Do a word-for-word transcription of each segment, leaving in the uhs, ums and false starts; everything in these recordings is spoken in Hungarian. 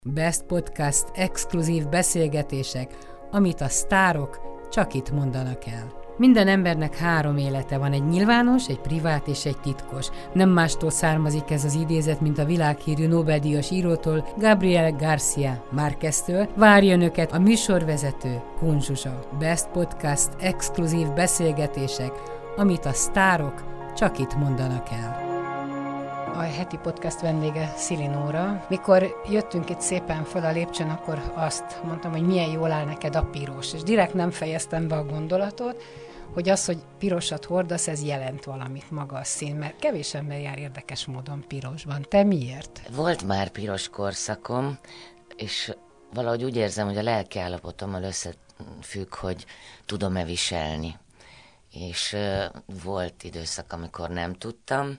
Best Podcast exkluzív beszélgetések, amit a sztárok csak itt mondanak el. Minden embernek három élete van, egy nyilvános, egy privát és egy titkos. Nem mástól származik ez az idézet, mint a világhírű Nobel-díjas írótól, Gabriel García Márqueztől. Várja önöket a műsorvezető, Kun Zsuzsa. Best Podcast exkluzív beszélgetések, amit a sztárok csak itt mondanak el. A heti podcast vendége Szili Nóra. Mikor jöttünk itt szépen fel a lépcsőn, akkor azt mondtam, hogy milyen jól áll neked a piros. És direkt nem fejeztem be a gondolatot, hogy az, hogy pirosat hordasz, ez jelent valamit maga a szín, mert kevés ember jár érdekes módon pirosban. Te miért? Volt már piros korszakom, és valahogy úgy érzem, hogy a lelki állapotommal összefügg, hogy tudom-e viselni. És uh, volt időszak, amikor nem tudtam,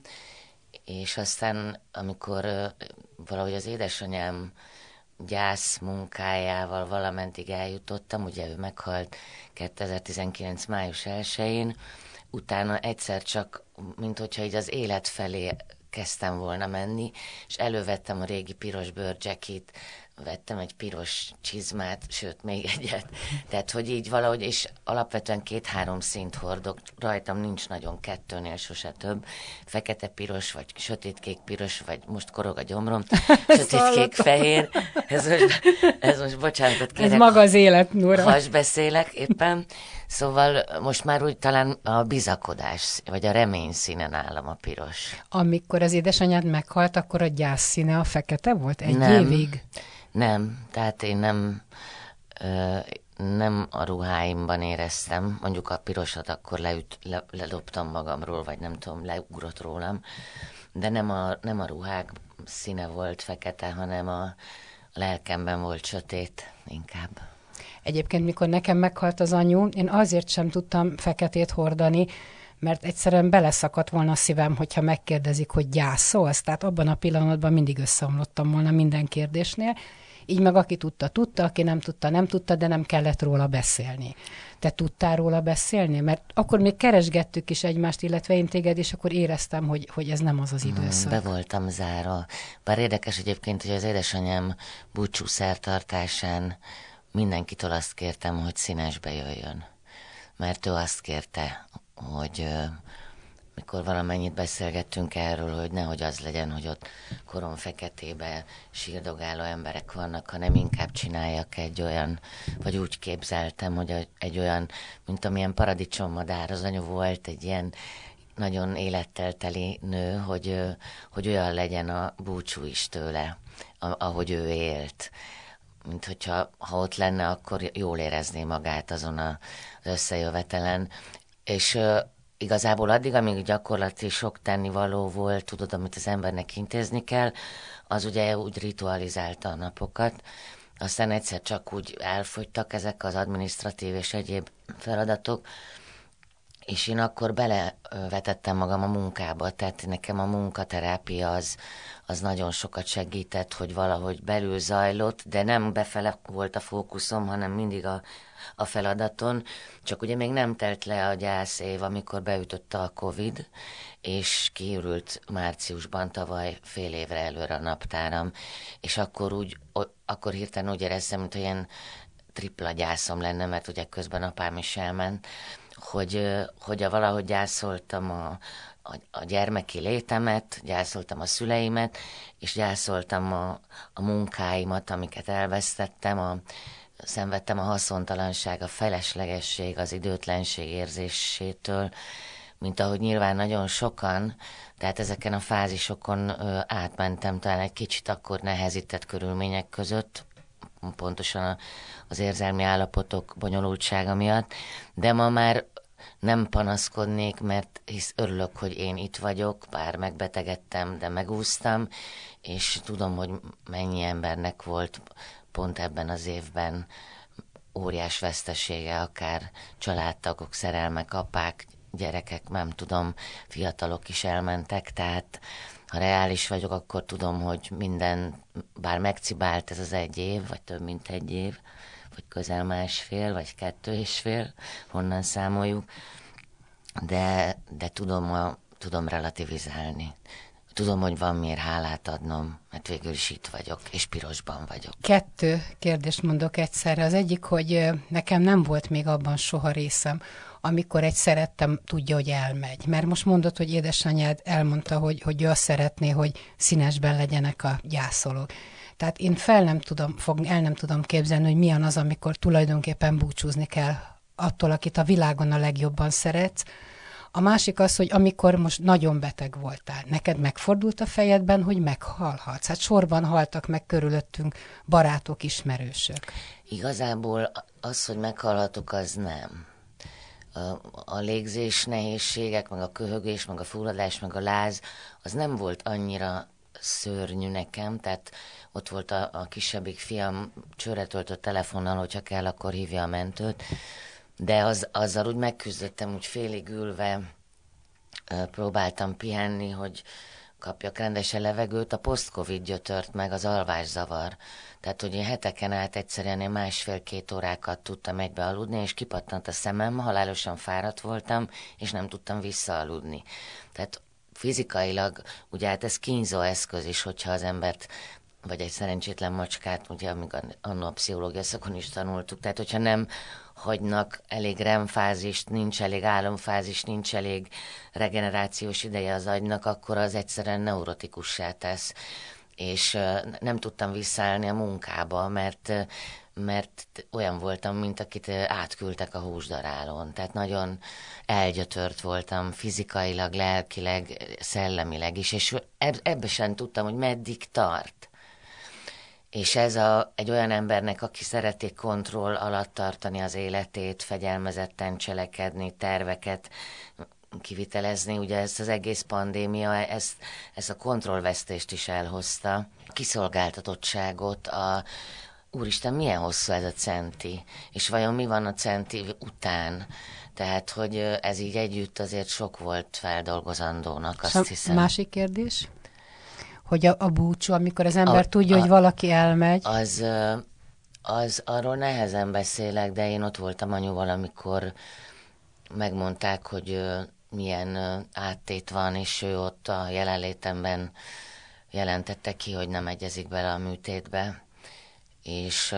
és aztán, amikor uh, valahogy az édesanyám gyász munkájával valamentig eljutottam, ugye ő meghalt kétezer-tizenkilenc. május elsején, utána egyszer csak, mint hogyha így az élet felé kezdtem volna menni, és elővettem a régi piros bőrcsekit, vettem egy piros csizmát, sőt, még egyet. Tehát, hogy így valahogy, és alapvetően két-három színt hordok, rajtam nincs nagyon, kettőnél sose több. Fekete-piros, vagy sötétkék-piros, vagy most korog a gyomrom, sötétkék-fehér. Ez most, ez most bocsánatot kérek. Ez maga az élet, Nóra. Has beszélek éppen. Szóval most már úgy talán a bizakodás, vagy a remény színe nálam a piros. Amikor az édesanyád meghalt, akkor a gyász színe a fekete volt? Egy nem, évig? Nem, tehát én nem, ö, nem a ruháimban éreztem, mondjuk a pirosat akkor leüt, le, ledobtam magamról, vagy nem tudom, leugrott rólam, de nem a, nem a ruhák színe volt fekete, hanem a, a lelkemben volt sötét inkább. Egyébként, mikor nekem meghalt az anyu, én azért sem tudtam feketét hordani, mert egyszerűen beleszakadt volna a szívem, hogyha megkérdezik, hogy gyászolsz. Tehát abban a pillanatban mindig összeomlottam volna minden kérdésnél. Így meg aki tudta, tudta, aki nem tudta, nem tudta, de nem kellett róla beszélni. Te tudtál róla beszélni? Mert akkor még keresgettük is egymást, illetve én téged, és akkor éreztem, hogy, hogy ez nem az az időszak. Be voltam zárva. Bár érdekes egyébként, hogy az édesanyám búcsú szertartásán mindenkitől azt kértem, hogy színesbe jöjjön. Mert ő azt kérte, hogy mikor valamennyit beszélgettünk erről, hogy nehogy az legyen, hogy ott korom feketébe sírdogáló emberek vannak, hanem inkább csináljak egy olyan, vagy úgy képzeltem, hogy egy olyan, mint amilyen paradicsommadár az anyu volt, egy ilyen nagyon élettel teli nő, hogy, hogy olyan legyen a búcsú is tőle, ahogy ő élt. Mint hogyha ha ott lenne, akkor jól érezné magát azon az összejövetelen. És uh, igazából addig, amíg gyakorlati sok tennivaló volt, tudod, amit az embernek intézni kell, az ugye úgy ritualizálta a napokat. Aztán egyszer csak úgy elfogytak ezek az adminisztratív és egyéb feladatok, és én akkor belevetettem magam a munkába, tehát nekem a munkaterápia az, az nagyon sokat segített, hogy valahogy belül zajlott, de nem befele volt a fókuszom, hanem mindig a, a feladaton. Csak ugye még nem telt le a gyász év, amikor beütötte a Covid, és kiürült márciusban tavaly fél évre előre a naptáram, és akkor úgy, akkor hirtelen úgy éreztem, mint ilyen tripla gyászom lenne, mert ugye közben apám is elment, hogy, hogy a valahogy gyászoltam a, a, a gyermeki létemet, gyászoltam a szüleimet, és gyászoltam a, a munkáimat, amiket elvesztettem, a, szenvedtem a haszontalanság, a feleslegesség, az időtlenség érzésétől, mint ahogy nyilván nagyon sokan, tehát ezeken a fázisokon ö, átmentem, talán egy kicsit akkor nehezített körülmények között, pontosan az érzelmi állapotok bonyolultsága miatt, de ma már nem panaszkodnék, mert hisz örülök, hogy én itt vagyok, bár megbetegedtem, de megúsztam, és tudom, hogy mennyi embernek volt pont ebben az évben óriás vesztesége, akár családtagok, szerelmek, apák, gyerekek, nem tudom, fiatalok is elmentek, tehát ha reális vagyok, akkor tudom, hogy minden, bár megcibált ez az egy év, vagy több mint egy év, vagy közel másfél, vagy kettő és fél, honnan számoljuk, de, de tudom, a, tudom relativizálni. tudom, hogy van miért hálát adnom, mert végül is itt vagyok, és pirosban vagyok. Kettő kérdést mondok egyszerre. Az egyik, hogy nekem nem volt még abban soha részem, amikor egy szerettem tudja, hogy elmegy. Mert most mondod, hogy édesanyád elmondta, hogy, hogy ő azt szeretné, hogy színesben legyenek a gyászolók. Tehát én fel nem tudom fogni, el nem tudom képzelni, hogy milyen az, amikor tulajdonképpen búcsúzni kell attól, akit a világon a legjobban szeretsz. A másik az, hogy amikor most nagyon beteg voltál, neked megfordult a fejedben, hogy meghalhatsz. Hát sorban haltak meg körülöttünk barátok, ismerősök. Igazából az, hogy meghalhatok, az nem. A, a légzés nehézségek, meg a köhögés, meg a fulladás, meg a láz, az nem volt annyira szörnyű nekem, tehát ott volt a, a kisebbik fiam, csőre töltött telefonnal, hogyha kell, akkor hívja a mentőt, de az, azzal úgy megküzdöttem, úgy félig ülve próbáltam pihenni, hogy kapjak rendesen levegőt, a post-covid gyötört meg az alvászavar. Tehát, hogy én heteken át egyszerűen én másfél-két órákat tudtam egybe aludni, és kipattant a szemem, halálosan fáradt voltam, és nem tudtam visszaaludni. Tehát fizikailag, ugye hát ez kínzó eszköz is, hogyha az embert, vagy egy szerencsétlen macskát, ugye amíg anno a pszichológia szakon is tanultuk, tehát hogyha nem hagynak elég REM-fázist, nincs elég álomfázis, nincs elég regenerációs ideje az agynak, akkor az egyszerűen neurotikussá tesz. És nem tudtam visszaállni a munkába, mert, mert olyan voltam, mint akit átküldtek a húsdarálón. Tehát nagyon elgyötört voltam fizikailag, lelkileg, szellemileg is, és ebbe sem tudtam, hogy meddig tart. És ez a, egy olyan embernek, aki szereti kontroll alatt tartani az életét, fegyelmezetten cselekedni, terveket kivitelezni, ugye ezt az egész pandémia, ezt, ezt a kontrollvesztést is elhozta, a kiszolgáltatottságot, a úristen, milyen hosszú ez a centi, és vajon mi van a centi után? Tehát, hogy ez így együtt azért sok volt feldolgozandónak, azt hiszem. Másik kérdés? Hogy a, a búcsú, amikor az ember a, tudja, a, hogy valaki elmegy. Az, az arról nehezen beszélek, de én ott voltam anyuval, amikor megmondták, hogy milyen áttét van, és ő ott a jelenlétemben jelentette ki, hogy nem egyezik bele a műtétbe. És,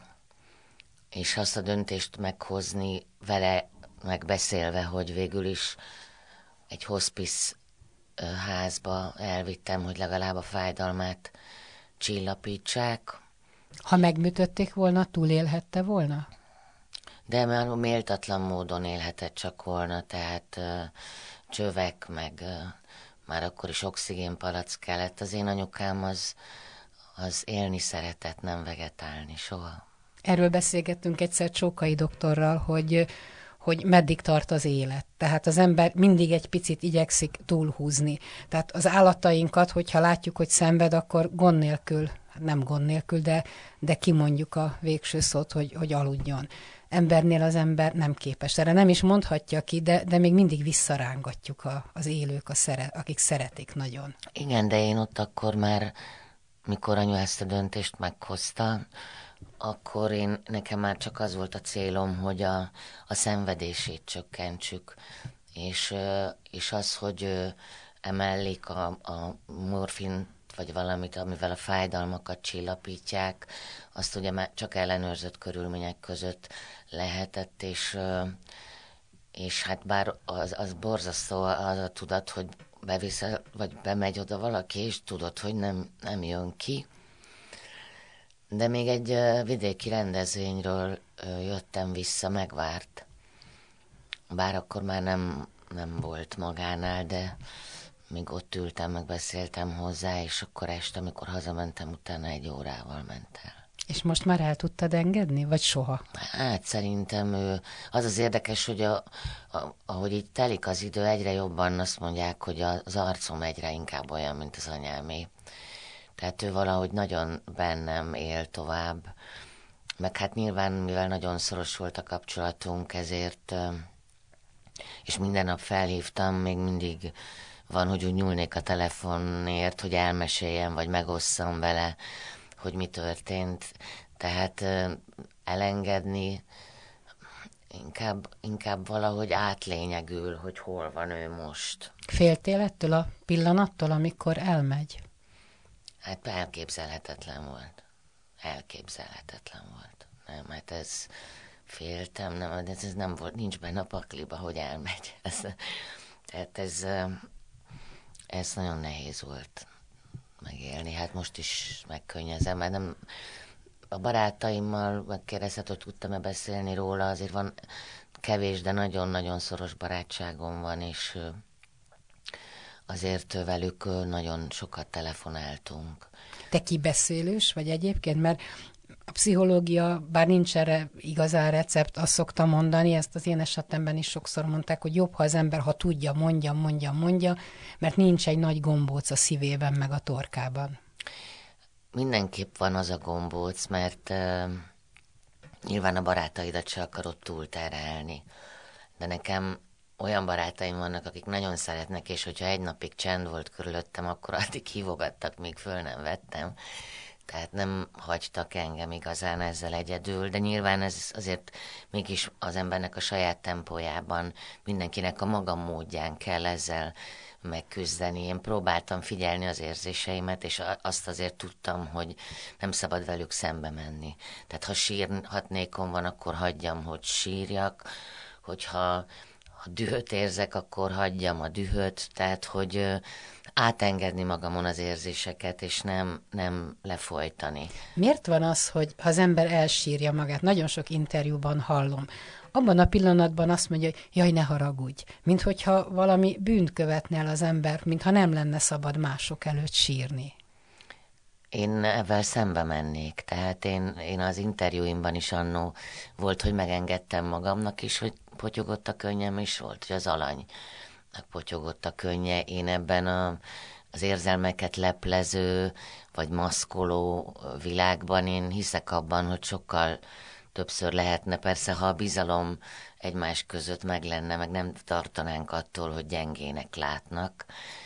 és azt a döntést meghozni vele, megbeszélve, hogy végül is egy hospice házba elvittem, hogy legalább a fájdalmát csillapítsák. Ha megműtötték volna, túlélhette volna? De már méltatlan módon élhetett csak volna, tehát uh, csövek, meg uh, már akkor is oxigénpalack kellett. Az én anyukám az, az élni szeretett, nem vegetálni soha. Erről beszélgettünk egyszer Csókai doktorral, hogy hogy meddig tart az élet. Tehát az ember mindig egy picit igyekszik túlhúzni. Tehát az állatainkat, hogyha látjuk, hogy szenved, akkor gond nélkül, nem gond nélkül, de, de kimondjuk a végső szót, hogy, hogy aludjon. Embernél az ember nem képes. Erre nem is mondhatja ki, de, de még mindig visszarángatjuk a, az élők, a szere, akik szeretik nagyon. Igen, de én ott akkor már, mikor anyu ezt a döntést meghozta, akkor én, nekem már csak az volt a célom, hogy a, a szenvedését csökkentsük, és, és az, hogy emellik a, a morfin vagy valamit, amivel a fájdalmakat csillapítják, azt ugye már csak ellenőrzött körülmények között lehetett, és, és hát bár az, az borzasztó az a tudat, hogy beviszel, vagy bemegy oda valaki, és tudod, hogy nem, nem jön ki. De még egy vidéki rendezvényről jöttem vissza, megvárt. Bár akkor már nem, nem volt magánál, de még ott ültem, meg beszéltem hozzá, és akkor este, amikor hazamentem, utána egy órával ment el. És most már el tudtad engedni, vagy soha? Hát szerintem ő, az az érdekes, hogy a, a, ahogy így telik az idő, egyre jobban azt mondják, hogy az arcom egyre inkább olyan, mint az anyámé. Tehát ő valahogy nagyon bennem él tovább. Meg hát nyilván, mivel nagyon szoros volt a kapcsolatunk, ezért, és minden nap felhívtam, még mindig van, hogy úgy nyúlnék a telefonért, hogy elmeséljem, vagy megosszam vele, hogy mi történt. Tehát elengedni, inkább, inkább valahogy átlényegül, hogy hol van ő most. Féltél ettől a pillanattól, amikor elmegy? Hát elképzelhetetlen volt. Elképzelhetetlen volt. Nem, hát ez féltem, nem, ez, ez nem volt, nincs benne a pakliba, hogy elmegy. Ez, tehát ez, ez nagyon nehéz volt megélni. Hát most is megkönnyezem, mert nem, a barátaimmal megkérdezhet, hogy tudtam-e beszélni róla, azért van kevés, de nagyon-nagyon szoros barátságom van, és azért velük nagyon sokat telefonáltunk. Te kibeszélős vagy egyébként? Mert a pszichológia, bár nincs erre igazán recept, azt szokta mondani, ezt az én esetemben is sokszor mondták, hogy jobb, ha az ember, ha tudja, mondja, mondja, mondja, mert nincs egy nagy gombóc a szívében, meg a torkában. Mindenképp van az a gombóc, mert uh, nyilván a barátaidat se akarod túlterhelni. De nekem olyan barátaim vannak, akik nagyon szeretnek, és hogyha egy napig csend volt körülöttem, akkor addig hívogattak, míg föl nem vettem. Tehát nem hagytak engem igazán ezzel egyedül, de nyilván ez azért mégis az embernek a saját tempójában, mindenkinek a maga módján kell ezzel megküzdeni. Én próbáltam figyelni az érzéseimet, és azt azért tudtam, hogy nem szabad velük szembe menni. Tehát ha sírhatnékom van, akkor hagyjam, hogy sírjak, hogyha ha dühöt érzek, akkor hagyjam a dühöt, tehát hogy átengedni magamon az érzéseket, és nem, nem lefolytani. Miért van az, hogy ha az ember elsírja magát, nagyon sok interjúban hallom, abban a pillanatban azt mondja, hogy jaj, ne haragudj, mint hogyha valami bűnt követne el az ember, mintha nem lenne szabad mások előtt sírni. Én ebben szembe mennék, tehát én, én az interjúimban is annó volt, hogy megengedtem magamnak is, hogy potyogott a könnyem, és volt, hogy az alany potyogott a könnye. Én ebben a, az érzelmeket leplező, vagy maszkoló világban én hiszek abban, hogy sokkal többször lehetne, persze, ha a bizalom egymás között meg lenne, meg nem tartanánk attól, hogy gyengének látnak,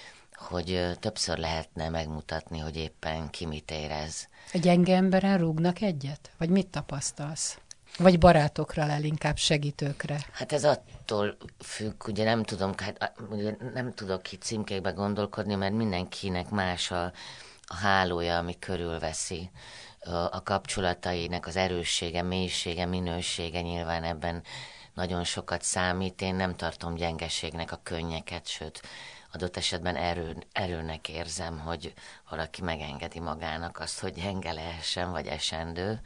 hogy többször lehetne megmutatni, hogy éppen ki mit érez. A gyenge emberen rúgnak egyet? Vagy mit tapasztalsz? Vagy barátokra lel, inkább segítőkre? Hát ez attól függ, ugye nem tudom, hát ugye nem tudok itt címkékbe gondolkodni, mert mindenkinek más a, a hálója, ami körülveszi. A kapcsolatainak az erőssége, mélysége, minősége nyilván ebben nagyon sokat számít. Én nem tartom gyengeségnek a könnyeket, sőt, adott esetben erő, erőnek érzem, hogy valaki megengedi magának azt, hogy gyenge lehessen, vagy esendő.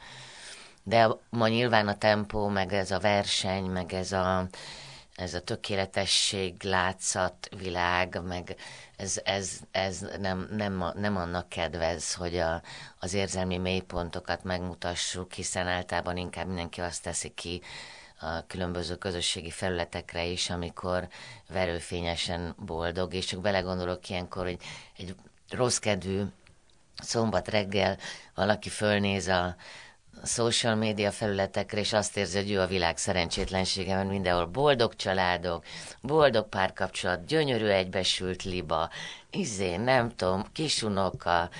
De ma nyilván a tempó, meg ez a verseny, meg ez a, ez a tökéletesség, látszat, világ, meg ez, ez, ez nem, nem, nem annak kedvez, hogy a, az érzelmi mélypontokat megmutassuk, hiszen általában inkább mindenki azt teszi ki a különböző közösségi felületekre is, amikor verőfényesen boldog, és csak belegondolok ilyenkor, hogy egy rosszkedvű szombat reggel valaki fölnéz a a social média felületekre, és azt érzi, hogy ő a világ szerencsétlensége, mert mindenhol boldog családok, boldog párkapcsolat, gyönyörű egybesült liba, izé, nem tudom, kisunoka,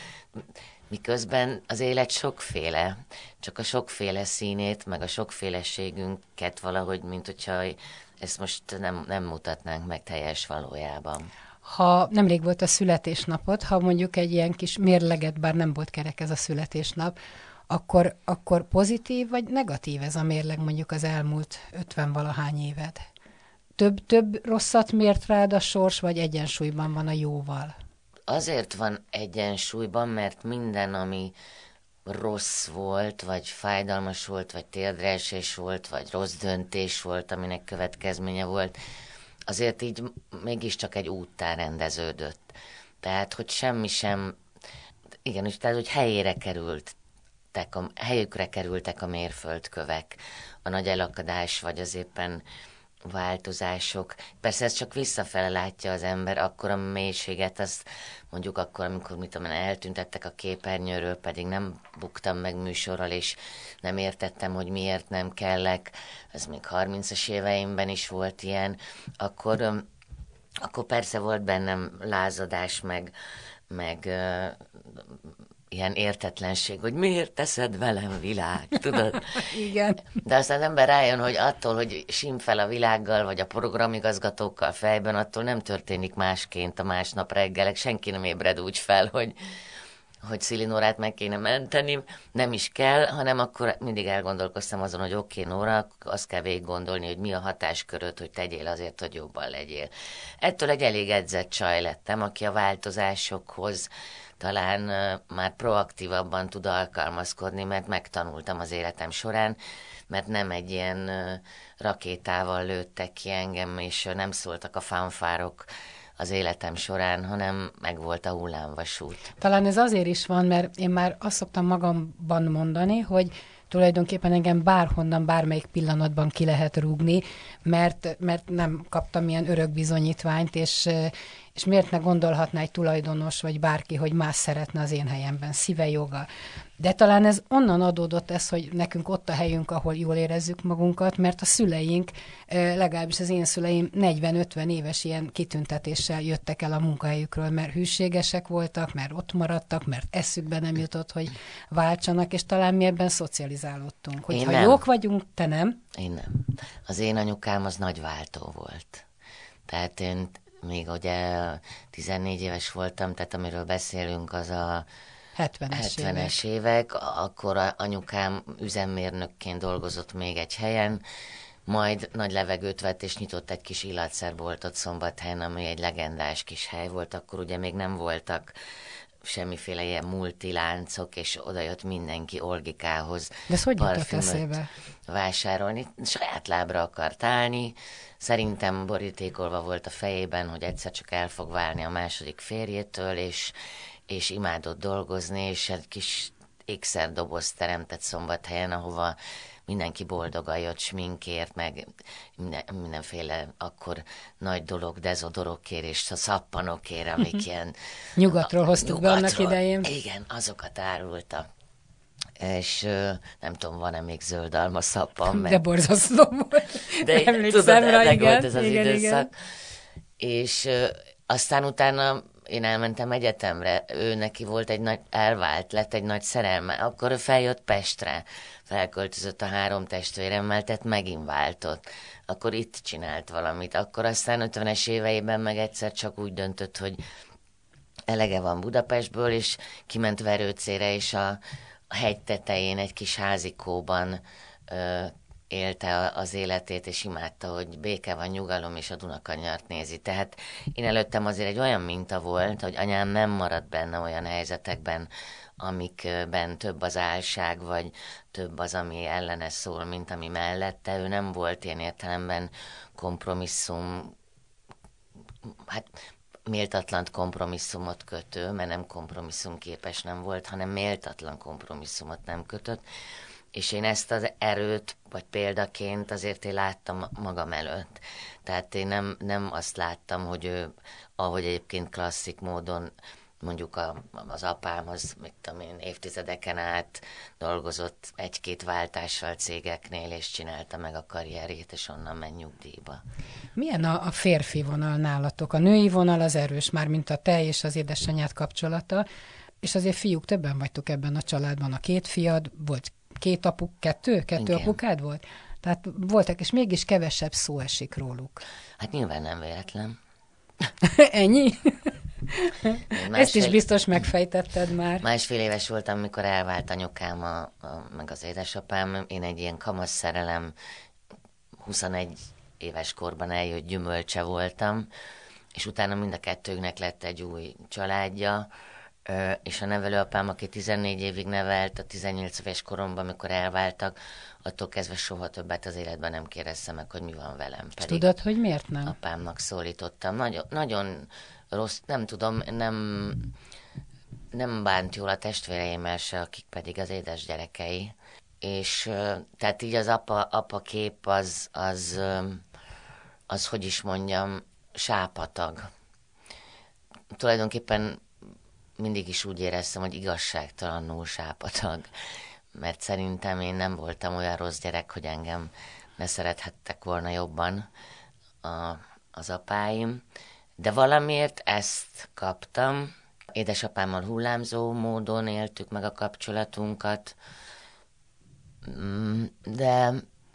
miközben az élet sokféle, csak a sokféle színét, meg a sokféleségünket valahogy, mint hogyha ezt most nem, nem mutatnánk meg teljes valójában. Ha nemrég volt a születésnapod, ha mondjuk egy ilyen kis mérleget, bár nem volt kerek ez a születésnap, Akkor, akkor pozitív vagy negatív ez a mérleg mondjuk az elmúlt ötven-valahány éved? Több, több rosszat mért rád a sors, vagy egyensúlyban van a jóval? Azért van egyensúlyban, mert minden, ami rossz volt, vagy fájdalmas volt, vagy térdreesés volt, vagy rossz döntés volt, aminek következménye volt, azért így mégiscsak egy úttá rendeződött. Tehát, hogy semmi sem, igen, tehát, hogy helyére került. A helyükre kerültek a mérföldkövek, a nagy elakadás, vagy az éppen változások. Persze ez csak visszafele látja az ember, akkor a mélységet, azt mondjuk akkor, amikor mit tudom, eltüntettek a képernyőről, pedig nem buktam meg műsorral, és nem értettem, hogy miért nem kellek, ez még harmincas éveimben is volt ilyen, akkor, akkor persze volt bennem lázadás, meg, meg ilyen értetlenség, hogy miért teszed velem világ, tudod? Igen. De aztán az ember rájön, hogy attól, hogy simfel a világgal, vagy a programigazgatókkal fejben, attól nem történik másként a másnap reggelek, senki nem ébred úgy fel, hogy hogy Szili Nórát meg kéne menteni, nem is kell, hanem akkor mindig elgondolkoztam azon, hogy oké, okay, Nóra, azt kell végig gondolni, hogy mi a hatásköröd, hogy tegyél azért, hogy jobban legyél. Ettől egy elég edzett csaj lettem, aki a változásokhoz talán uh, már proaktívabban tud alkalmazkodni, mert megtanultam az életem során, mert nem egy ilyen uh, rakétával lőttek ki engem, és uh, nem szóltak a fanfárok az életem során, hanem megvolt a hullámvasút. Talán ez azért is van, mert én már azt szoktam magamban mondani, hogy tulajdonképpen engem bárhonnan, bármelyik pillanatban ki lehet rúgni, mert, mert nem kaptam ilyen örök bizonyítványt, és, és miért ne gondolhatná egy tulajdonos, vagy bárki, hogy más szeretne az én helyemben, szíve joga. De talán ez onnan adódott ez, hogy nekünk ott a helyünk, ahol jól érezzük magunkat, mert a szüleink, legalábbis az én szüleim negyven-ötven éves ilyen kitüntetéssel jöttek el a munkahelyükről, mert hűségesek voltak, mert ott maradtak, mert eszükbe nem jutott, hogy váltsanak, és talán mi ebben szocializálódtunk. Hogy ha jók vagyunk, te nem? Én nem. Az én anyukám az nagy váltó volt. Tehát én még ugye tizennégy éves voltam, tehát amiről beszélünk, az a hetvenes évek. évek, akkor anyukám üzemmérnökként dolgozott még egy helyen, majd nagy levegőt vett, és nyitott egy kis illatszerboltot Szombathelyen, ami egy legendás kis hely volt, akkor ugye még nem voltak semmiféle ilyen multiláncok, és oda jött mindenki Olgikához. De ez hogy jutott eszébe? Vásárolni. Saját lábra akart állni. Szerintem borítékolva volt a fejében, hogy egyszer csak el fog válni a második férjétől, és és imádott dolgozni, és egy kis ékszerdobozt teremtett Szombathelyen, ahova mindenki boldogan jött sminkért, meg minden, mindenféle akkor nagy dolog, dezodorokért és a szappanokért, amik ilyen... Nyugatról hoztuk be annak idején. Igen, azokat árulta. És nem tudom, van-e még zöld alma szappan, meg... De borzasztó volt. De emlékszem rá, igen. Volt ez az igen, időszak. Igen. És aztán utána én elmentem egyetemre, ő neki volt egy nagy, elvált, lett egy nagy szerelme, akkor ő feljött Pestre, felköltözött a három testvéremmel, tehát megint váltott. Akkor itt csinált valamit, akkor aztán ötvenes éveiben meg egyszer csak úgy döntött, hogy elege van Budapestből, és kiment Verőcére, és a, a hegy tetején egy kis házikóban ö, élte az életét, és imádta, hogy béke van, nyugalom, és a Dunakanyart nézi. Tehát én előttem azért egy olyan minta volt, hogy anyám nem maradt benne olyan helyzetekben, amikben több az álság, vagy több az, ami ellene szól, mint ami mellette. Ő nem volt ilyen értelemben kompromisszum, hát méltatlan kompromisszumot kötő, mert nem kompromisszumképes nem volt, hanem méltatlan kompromisszumot nem kötött. És én ezt az erőt, vagy példaként azért én láttam magam előtt. Tehát én nem, nem azt láttam, hogy ő, ahogy egyébként klasszik módon, mondjuk a, az apám, az, mit tudom én, évtizedeken át dolgozott egy-két váltással cégeknél, és csinálta meg a karrierjét, és onnan ment nyugdíjba. Milyen a, a férfi vonal nálatok? A női vonal az erős, már mint a te és az édesanyád kapcsolata, és azért fiúk, többen vagytok ebben a családban, a két fiad, volt két apuk, kettő? Kettő Igen. apukád volt? Tehát voltak, és mégis kevesebb szó esik róluk. Hát nyilván nem véletlen. Ennyi? Másfél, Ezt is biztos megfejtetted már. Másfél éves voltam, mikor elvált anyukám, a, a, meg az édesapám. Én egy ilyen kamasz szerelem, huszonegy éves korban eljött gyümölcse voltam, és utána mind a kettőnknek lett egy új családja, és a nevelőapám, aki tizennégy évig nevelt, a tizennyolc éves koromban, amikor elváltak, attól kezdve soha többet az életben nem kérdeztem meg, hogy mi van velem. És tudod, hogy miért nem? Apámnak szólítottam. Nagyon, nagyon rossz, nem tudom, nem, nem bánt jól a testvéreimmel se, akik pedig az édes gyerekei. És tehát így az apa, apa kép az, az, az, hogy is mondjam, sápatag. Tulajdonképpen mindig is úgy éreztem, hogy igazságtalanul sápatag, mert szerintem én nem voltam olyan rossz gyerek, hogy engem ne szerethettek volna jobban a, az apáim, de valamiért ezt kaptam, édesapámmal hullámzó módon éltük meg a kapcsolatunkat, de...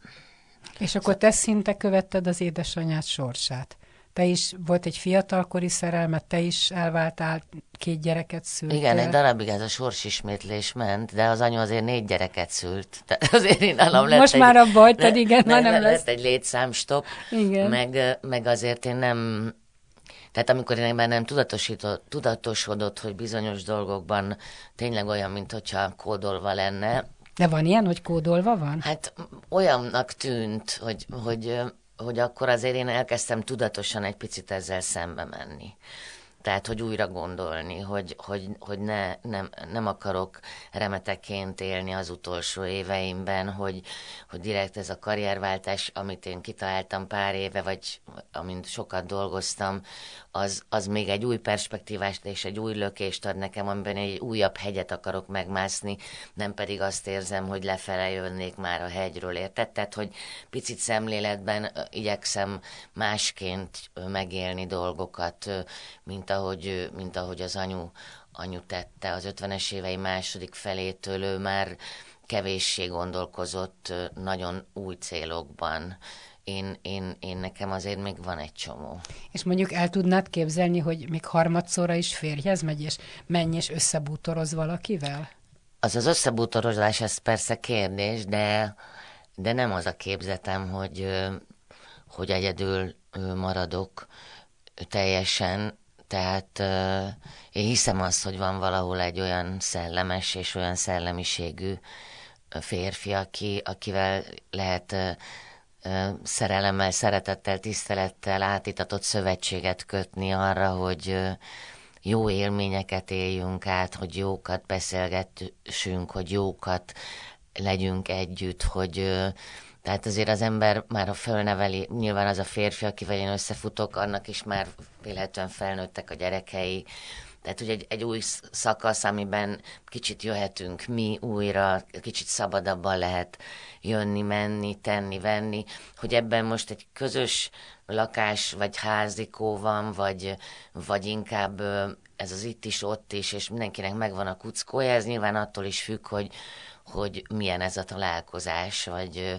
És akkor te szinte követted az édesanyád sorsát. Te is volt egy fiatalkori szerelmet, te is elváltál, két gyereket szültél. Igen, egy darabig ez a sorsismétlés ment, de az anyu azért négy gyereket szült. Tehát azért én nálam lett Most egy, már abba hagytad, igen, ne, ha nem le, lesz. Lett egy létszámstop, igen. Meg, meg azért én nem... Tehát amikor én bennem tudatosodott, hogy bizonyos dolgokban tényleg olyan, mint hogyha kódolva lenne. De van ilyen, hogy kódolva van? Hát olyannak tűnt, hogy, hogy, hogy akkor azért én elkezdtem tudatosan egy picit ezzel szembe menni. Tehát, hogy újra gondolni, hogy, hogy, hogy ne, nem, nem akarok remeteként élni az utolsó éveimben, hogy, hogy direkt ez a karrierváltás, amit én kitaláltam pár éve, vagy amint sokat dolgoztam, az, az még egy új perspektívást és egy új lökést ad nekem, amiben egy újabb hegyet akarok megmászni, nem pedig azt érzem, hogy lefele jönnék már a hegyről, érted? Tehát, hogy picit szemléletben igyekszem másként megélni dolgokat, mint ahogy, mint ahogy az anyu, anyu tette. Az ötvenes évei második felétől ő már kevéssé gondolkozott nagyon új célokban. Én, én, én nekem azért még van egy csomó. És mondjuk el tudnád képzelni, hogy még harmadszorra is férjhez megy, és menj és összebútoroz valakivel? Az az összebútorozás, ez persze kérdés, de, de nem az a képzetem, hogy, hogy egyedül maradok teljesen. Tehát én hiszem azt, hogy van valahol egy olyan szellemes és olyan szellemiségű férfi, aki, akivel lehet szerelemmel, szeretettel, tisztelettel átítatott szövetséget kötni arra, hogy jó élményeket éljünk át, hogy jókat beszélgessünk, hogy jókat legyünk együtt, hogy tehát azért az ember már a fölneveli, nyilván az a férfi, akivel én összefutok, annak is már véletlenül felnőttek a gyerekei. Tehát, hogy egy, egy új szakasz, amiben kicsit jöhetünk mi újra, kicsit szabadabban lehet jönni, menni, tenni, venni, hogy ebben most egy közös lakás vagy házikó van, vagy, vagy inkább ez az itt is, ott is, és mindenkinek megvan a kuckója, ez nyilván attól is függ, hogy, hogy milyen ez a találkozás, vagy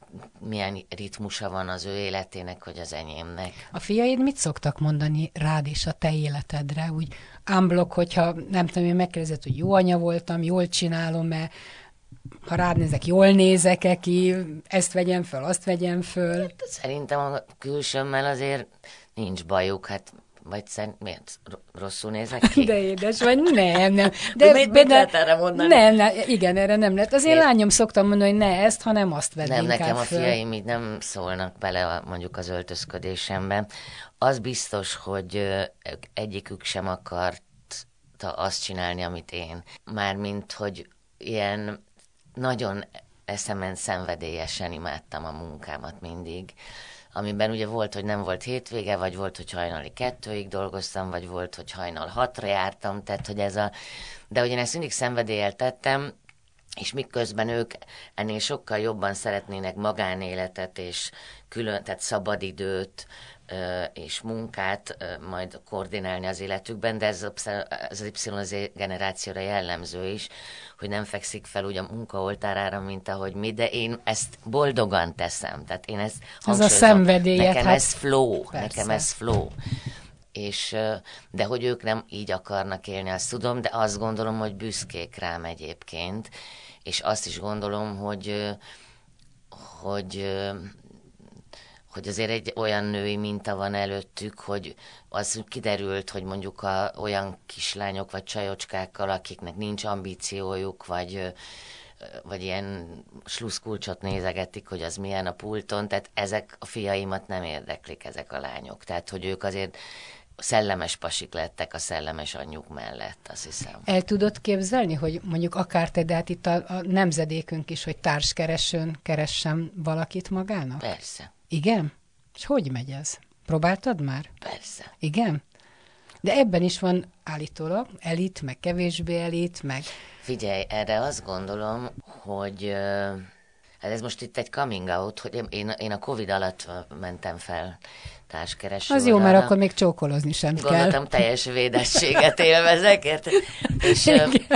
milyen ritmusa van az ő életének, vagy az enyémnek. A fiaid mit szoktak mondani rád és a te életedre? Úgy unblock, hogyha nem tudom, én megkérdezed, hogy jó anya voltam, jól csinálom-e, ha rád nézek, jól nézek-e ki, ezt vegyem föl, azt vegyem föl. Hát, szerintem a külsőmmel azért nincs bajuk, hát vagy szerint miért? Rosszul nézek ki? De édes vagy, nem, nem. De, de mit, mit de, lehet erre mondani? Nem, nem, igen, erre nem lehet. Az én Nézd. lányom szoktam mondani, hogy ne ezt, hanem azt vedd Nem, inkább nekem föl. a fiaim így nem szólnak bele a, mondjuk az öltözködésemben. Az biztos, hogy egyikük sem akarta azt csinálni, amit én. Mármint, hogy ilyen nagyon eszemen szenvedélyesen imádtam a munkámat mindig, amiben ugye volt, hogy nem volt hétvége, vagy volt, hogy hajnali kettőig dolgoztam, vagy volt, hogy hajnal hatra jártam, tehát, hogy ez a... De hogy én ezt mindig szenvedéllyel tettem, és miközben ők ennél sokkal jobban szeretnének magánéletet, és külön, tehát szabadidőt, és munkát majd koordinálni az életükben, de ez az Y generációra jellemző is, hogy nem fekszik fel úgy a munka oltárára, mint ahogy mi, de én ezt boldogan teszem. Tehát én ezt ez a szenvedélyed, nekem hát ez flow, persze. nekem ez flow. És, de hogy ők nem így akarnak élni, azt tudom, de azt gondolom, hogy büszkék rám egyébként, és azt is gondolom, hogy hogy hogy azért egy olyan női minta van előttük, hogy az kiderült, hogy mondjuk a, olyan kislányok vagy csajocskákkal, akiknek nincs ambíciójuk, vagy, vagy ilyen sluszkulcsot nézegetik, hogy az milyen a pulton, tehát ezek a fiaimat nem érdeklik, ezek a lányok. Tehát, hogy ők azért szellemes pasik lettek a szellemes anyjuk mellett, azt hiszem. El tudod képzelni, hogy mondjuk akár te, de hát itt a, a nemzedékünk is, hogy társkeresőn keressen valakit magának? Persze. Igen? És hogy megy ez? Próbáltad már? Persze. Igen? De ebben is van állítólag elit, meg kevésbé elit, meg... Figyelj, erre azt gondolom, hogy Hát ez most itt egy coming out, hogy én, én a Covid alatt mentem fel társkereső. Az jó, mert akkor még csókolozni sem kell. Gondoltam, teljes védettséget élvezek, érted? És,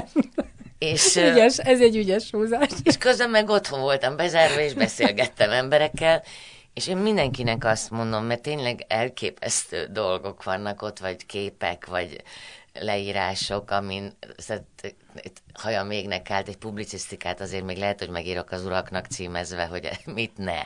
és, ügyes, ez egy ügyes húzás. És közben meg otthon voltam bezárva, és beszélgettem emberekkel, és én mindenkinek azt mondom, mert tényleg elképesztő dolgok vannak ott, vagy képek, vagy leírások, amin, ha még ne állt egy publicisztikát, azért még lehet, hogy megírok az uraknak címezve, hogy mit ne.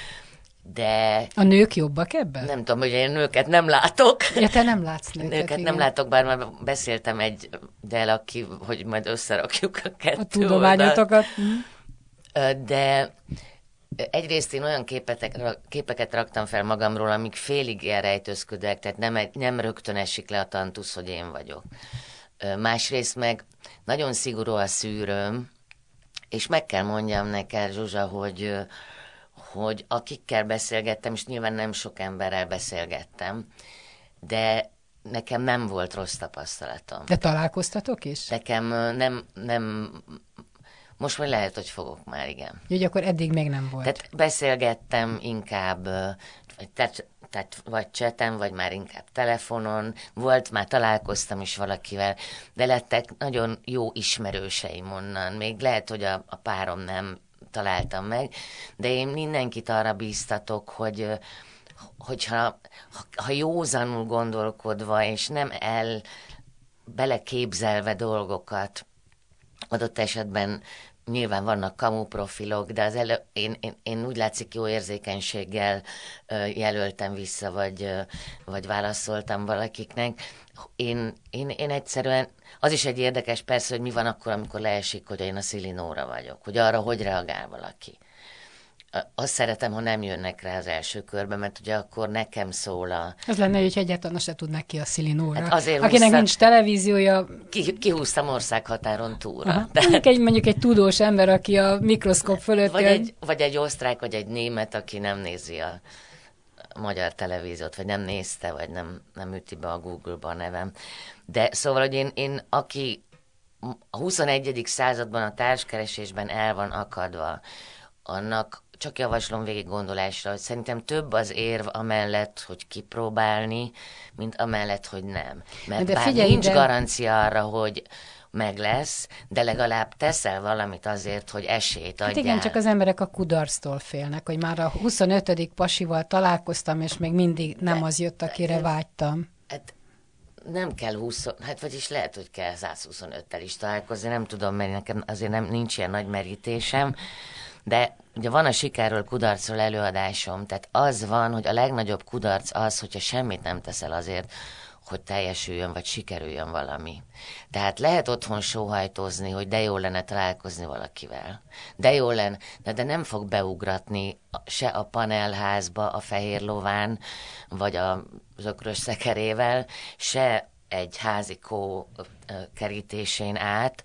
De... A nők jobbak ebben? Nem tudom, hogy én nőket nem látok. Ja, te nem látsz nőket, Nőket igen. nem látok, bár már beszéltem egy del, aki, hogy majd összerakjuk a kettő A tudományotokat. oldalt. De egyrészt én olyan képeket, képeket raktam fel magamról, amik félig elrejtőzködek, tehát nem, nem rögtön esik le a tantusz, hogy én vagyok. Másrészt meg nagyon szigorú a szűrőm, és meg kell mondjam neked, Zsuzsa, hogy, hogy akikkel beszélgettem, és nyilván nem sok emberrel beszélgettem, de nekem nem volt rossz tapasztalatom. De találkoztatok is? Nekem nem... nem most már lehet, hogy fogok már, igen. Úgy akkor eddig még nem volt. Tehát beszélgettem inkább, tehát, tehát vagy cseten, vagy már inkább telefonon, volt, már találkoztam is valakivel, de lettek nagyon jó ismerőseim onnan. Még lehet, hogy a, a párom nem találtam meg, de én mindenkit arra bíztatok, hogy hogyha ha, ha józanul gondolkodva, és nem el beleképzelve dolgokat, adott esetben nyilván vannak kamu profilok, de az elő, én, én, én úgy látszik jó érzékenységgel uh, jelöltem vissza, vagy, uh, vagy válaszoltam valakiknek. Én, én, én egyszerűen, az is egy érdekes persze, hogy mi van akkor, amikor leesik, hogy én a Szili Nóra vagyok, hogy arra hogy reagál valaki. Azt szeretem, ha nem jönnek rá az első körbe, mert ugye akkor nekem szól a... Az lenne, hogy egyáltalán se tudnak ki a Szili Nóra. Hát akinek húztam, nincs televíziója... Ki, kihúztam országhatáron túlra. De... Mondjuk, egy, mondjuk egy tudós ember, aki a mikroszkóp fölött... Vagy egy, vagy egy osztrák, vagy egy német, aki nem nézi a magyar televíziót, vagy nem nézte, vagy nem, nem üti be a Google-ba a nevem. De szóval, hogy én, én aki a huszonegyedik században a társkeresésben el van akadva, annak csak javaslom végig gondolásra, hogy szerintem több az érv amellett, hogy kipróbálni, mint amellett, hogy nem. Mert de bár nincs de... garancia arra, hogy meg lesz, de legalább teszel valamit azért, hogy esélyt adjál. Hát igen, csak az emberek a kudarctól félnek, hogy már a huszonötödik pasival találkoztam, és még mindig nem de, az jött, akire de, vágytam. Hát nem kell húsz, hát vagyis lehet, hogy kell százhuszonöttel is találkozni, nem tudom, mert nekem azért nem, nincs ilyen nagy merítésem, de ugye van a sikerről, kudarcról előadásom, tehát az van, hogy a legnagyobb kudarc az, hogyha semmit nem teszel azért, hogy teljesüljön, vagy sikerüljön valami. Tehát lehet otthon sóhajtozni, hogy de jó lenne találkozni valakivel. De jó lenne, de, de nem fog beugratni se a panelházba a fehér lován, vagy a zökrös szekerével, se egy házikó kerítésén át,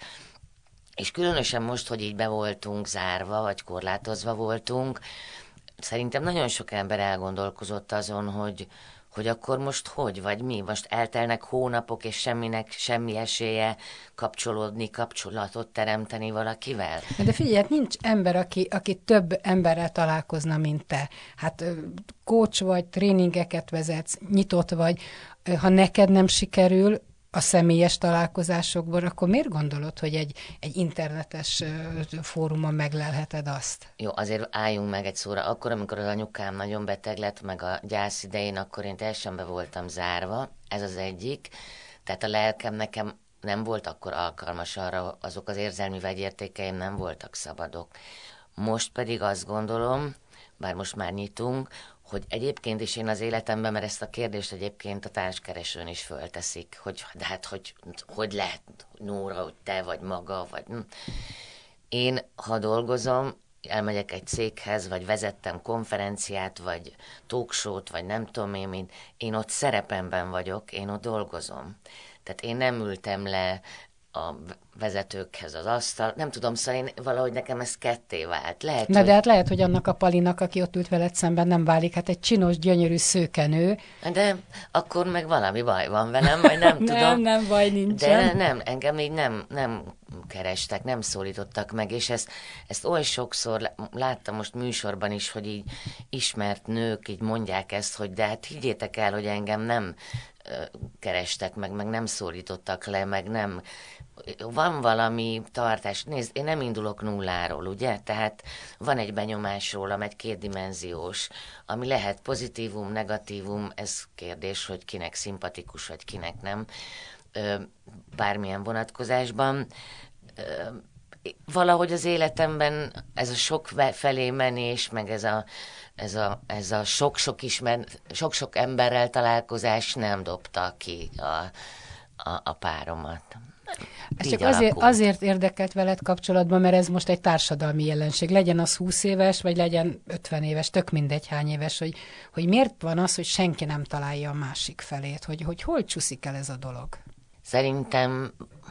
és különösen most, hogy így be voltunk zárva, vagy korlátozva voltunk, szerintem nagyon sok ember elgondolkozott azon, hogy, hogy akkor most hogy, vagy mi? Most eltelnek hónapok, és semminek semmi esélye kapcsolódni, kapcsolatot teremteni valakivel? De figyelj, hát nincs ember, aki, aki több emberrel találkozna, mint te. Hát coach vagy, tréningeket vezetsz, nyitott vagy. Ha neked nem sikerül a személyes találkozásokból, akkor miért gondolod, hogy egy, egy internetes fórumon meglelheted azt? Jó, azért álljunk meg egy szóra. Akkor, amikor az anyukám nagyon beteg lett, meg a gyász idején, akkor én teljesen be voltam zárva. Ez az egyik. Tehát a lelkem nekem nem volt akkor alkalmas arra, azok az érzelmi vegyértékeim nem voltak szabadok. Most pedig azt gondolom, bár most már nyitunk, hogy egyébként is én az életemben, mert ezt a kérdést egyébként a társkeresőn is fölteszik, hogy de hát hogy, hogy lehet, Nóra, hogy te vagy maga, vagy... Én, ha dolgozom, elmegyek egy céghez, vagy vezettem konferenciát, vagy talkshow-t, vagy nem tudom én, mint én ott szerepemben vagyok, én ott dolgozom. Tehát én nem ültem le a vezetőkhez az asztal. Nem tudom, szóval én, valahogy nekem ez ketté vált. Lehet, Na hogy... de hát lehet, hogy annak a Palinak, aki ott ült veled szemben, nem válik. Hát egy csinos, gyönyörű szőkenő. De akkor meg valami baj van velem, vagy nem tudom. Nem, nem baj nincsen. De nem, engem így nem, nem kerestek, nem szólítottak meg, és ezt, ezt oly sokszor láttam most műsorban is, hogy így ismert nők így mondják ezt, hogy de hát higgyétek el, hogy engem nem kerestek meg, meg nem szólítottak le, meg nem... Van valami tartás. Nézd, én nem indulok nulláról, ugye? Tehát van egy benyomás rólam, egy kétdimenziós, ami lehet pozitívum, negatívum, ez kérdés, hogy kinek szimpatikus, vagy kinek nem, bármilyen vonatkozásban. Valahogy az életemben ez a sok felé menés, meg ez a, ez a, ez a sok-sok, ismer, sok-sok emberrel találkozás nem dobta ki a, a, a páromat. Ez csak azért, azért érdekelt veled kapcsolatban, mert ez most egy társadalmi jelenség. Legyen az húsz éves, vagy legyen ötven éves, tök mindegy hány éves, hogy, hogy miért van az, hogy senki nem találja a másik felét, hogy, hogy hol csúszik el ez a dolog? Szerintem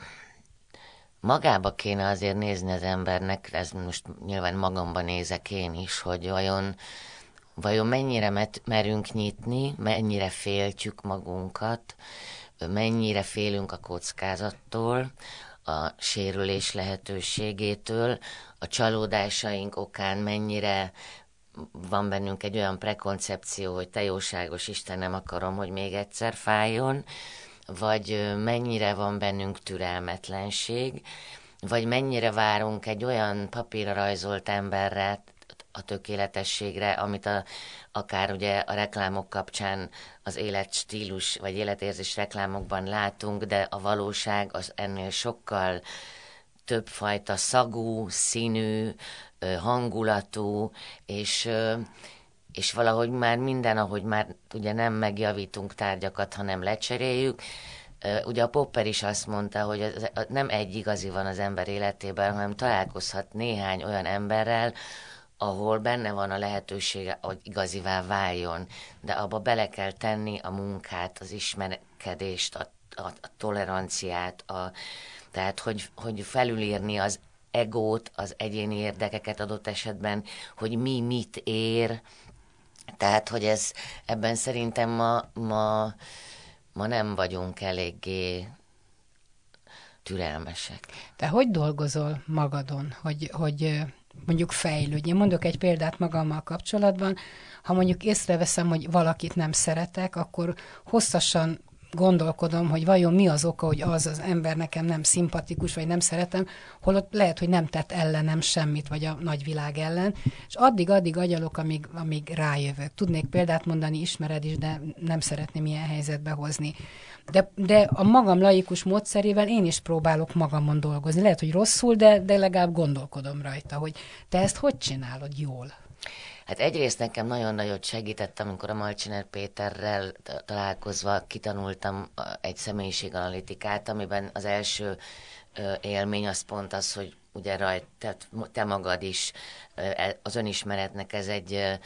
magába kéne azért nézni az embernek, ez most nyilván magamban nézek én is, hogy vajon, vajon mennyire met, merünk nyitni, mennyire féltjük magunkat, mennyire félünk a kockázattól, a sérülés lehetőségétől, a csalódásaink okán mennyire van bennünk egy olyan prekoncepció, hogy te jóságos Isten, nem akarom, hogy még egyszer fájjon, vagy mennyire van bennünk türelmetlenség, vagy mennyire várunk egy olyan papírra rajzolt emberre, a tökéletességre, amit a, akár ugye a reklámok kapcsán az életstílus vagy életérzés reklámokban látunk, de a valóság az ennél sokkal többfajta szagú, színű, hangulatú, és, és valahogy már minden, ahogy már ugye nem megjavítunk tárgyakat, hanem lecseréljük. Ugye a Popper is azt mondta, hogy az, nem egy igazi van az ember életében, hanem találkozhat néhány olyan emberrel, ahol benne van a lehetősége, hogy igazivá váljon, de abba bele kell tenni a munkát, az ismerkedést, a, a, a toleranciát, a, tehát hogy, hogy felülírni az egót, az egyéni érdekeket adott esetben, hogy mi mit ér, tehát hogy ez, ebben szerintem ma, ma, ma nem vagyunk eléggé türelmesek. Te hogy dolgozol magadon, hogy, hogy mondjuk fejlődj? Én mondok egy példát magammal kapcsolatban. Ha mondjuk észreveszem, hogy valakit nem szeretek, akkor hosszasan gondolkodom, hogy vajon mi az oka, hogy az az ember nekem nem szimpatikus, vagy nem szeretem, holott lehet, hogy nem tett ellenem semmit, vagy a nagyvilág ellen, és addig-addig agyalok, amíg, amíg rájövök. Tudnék példát mondani, ismered is, de nem szeretném ilyen helyzetbe hozni. De, de a magam laikus módszerével én is próbálok magamon dolgozni. Lehet, hogy rosszul, de, de legalább gondolkodom rajta, hogy te ezt hogy csinálod jól? Hát egyrészt nekem nagyon nagyot segített, amikor a Malcsiner Péterrel találkozva kitanultam egy személyiséganalitikát, amiben az első élmény az pont az, hogy ugye rajt, tehát te magad is, az önismeretnek ez egy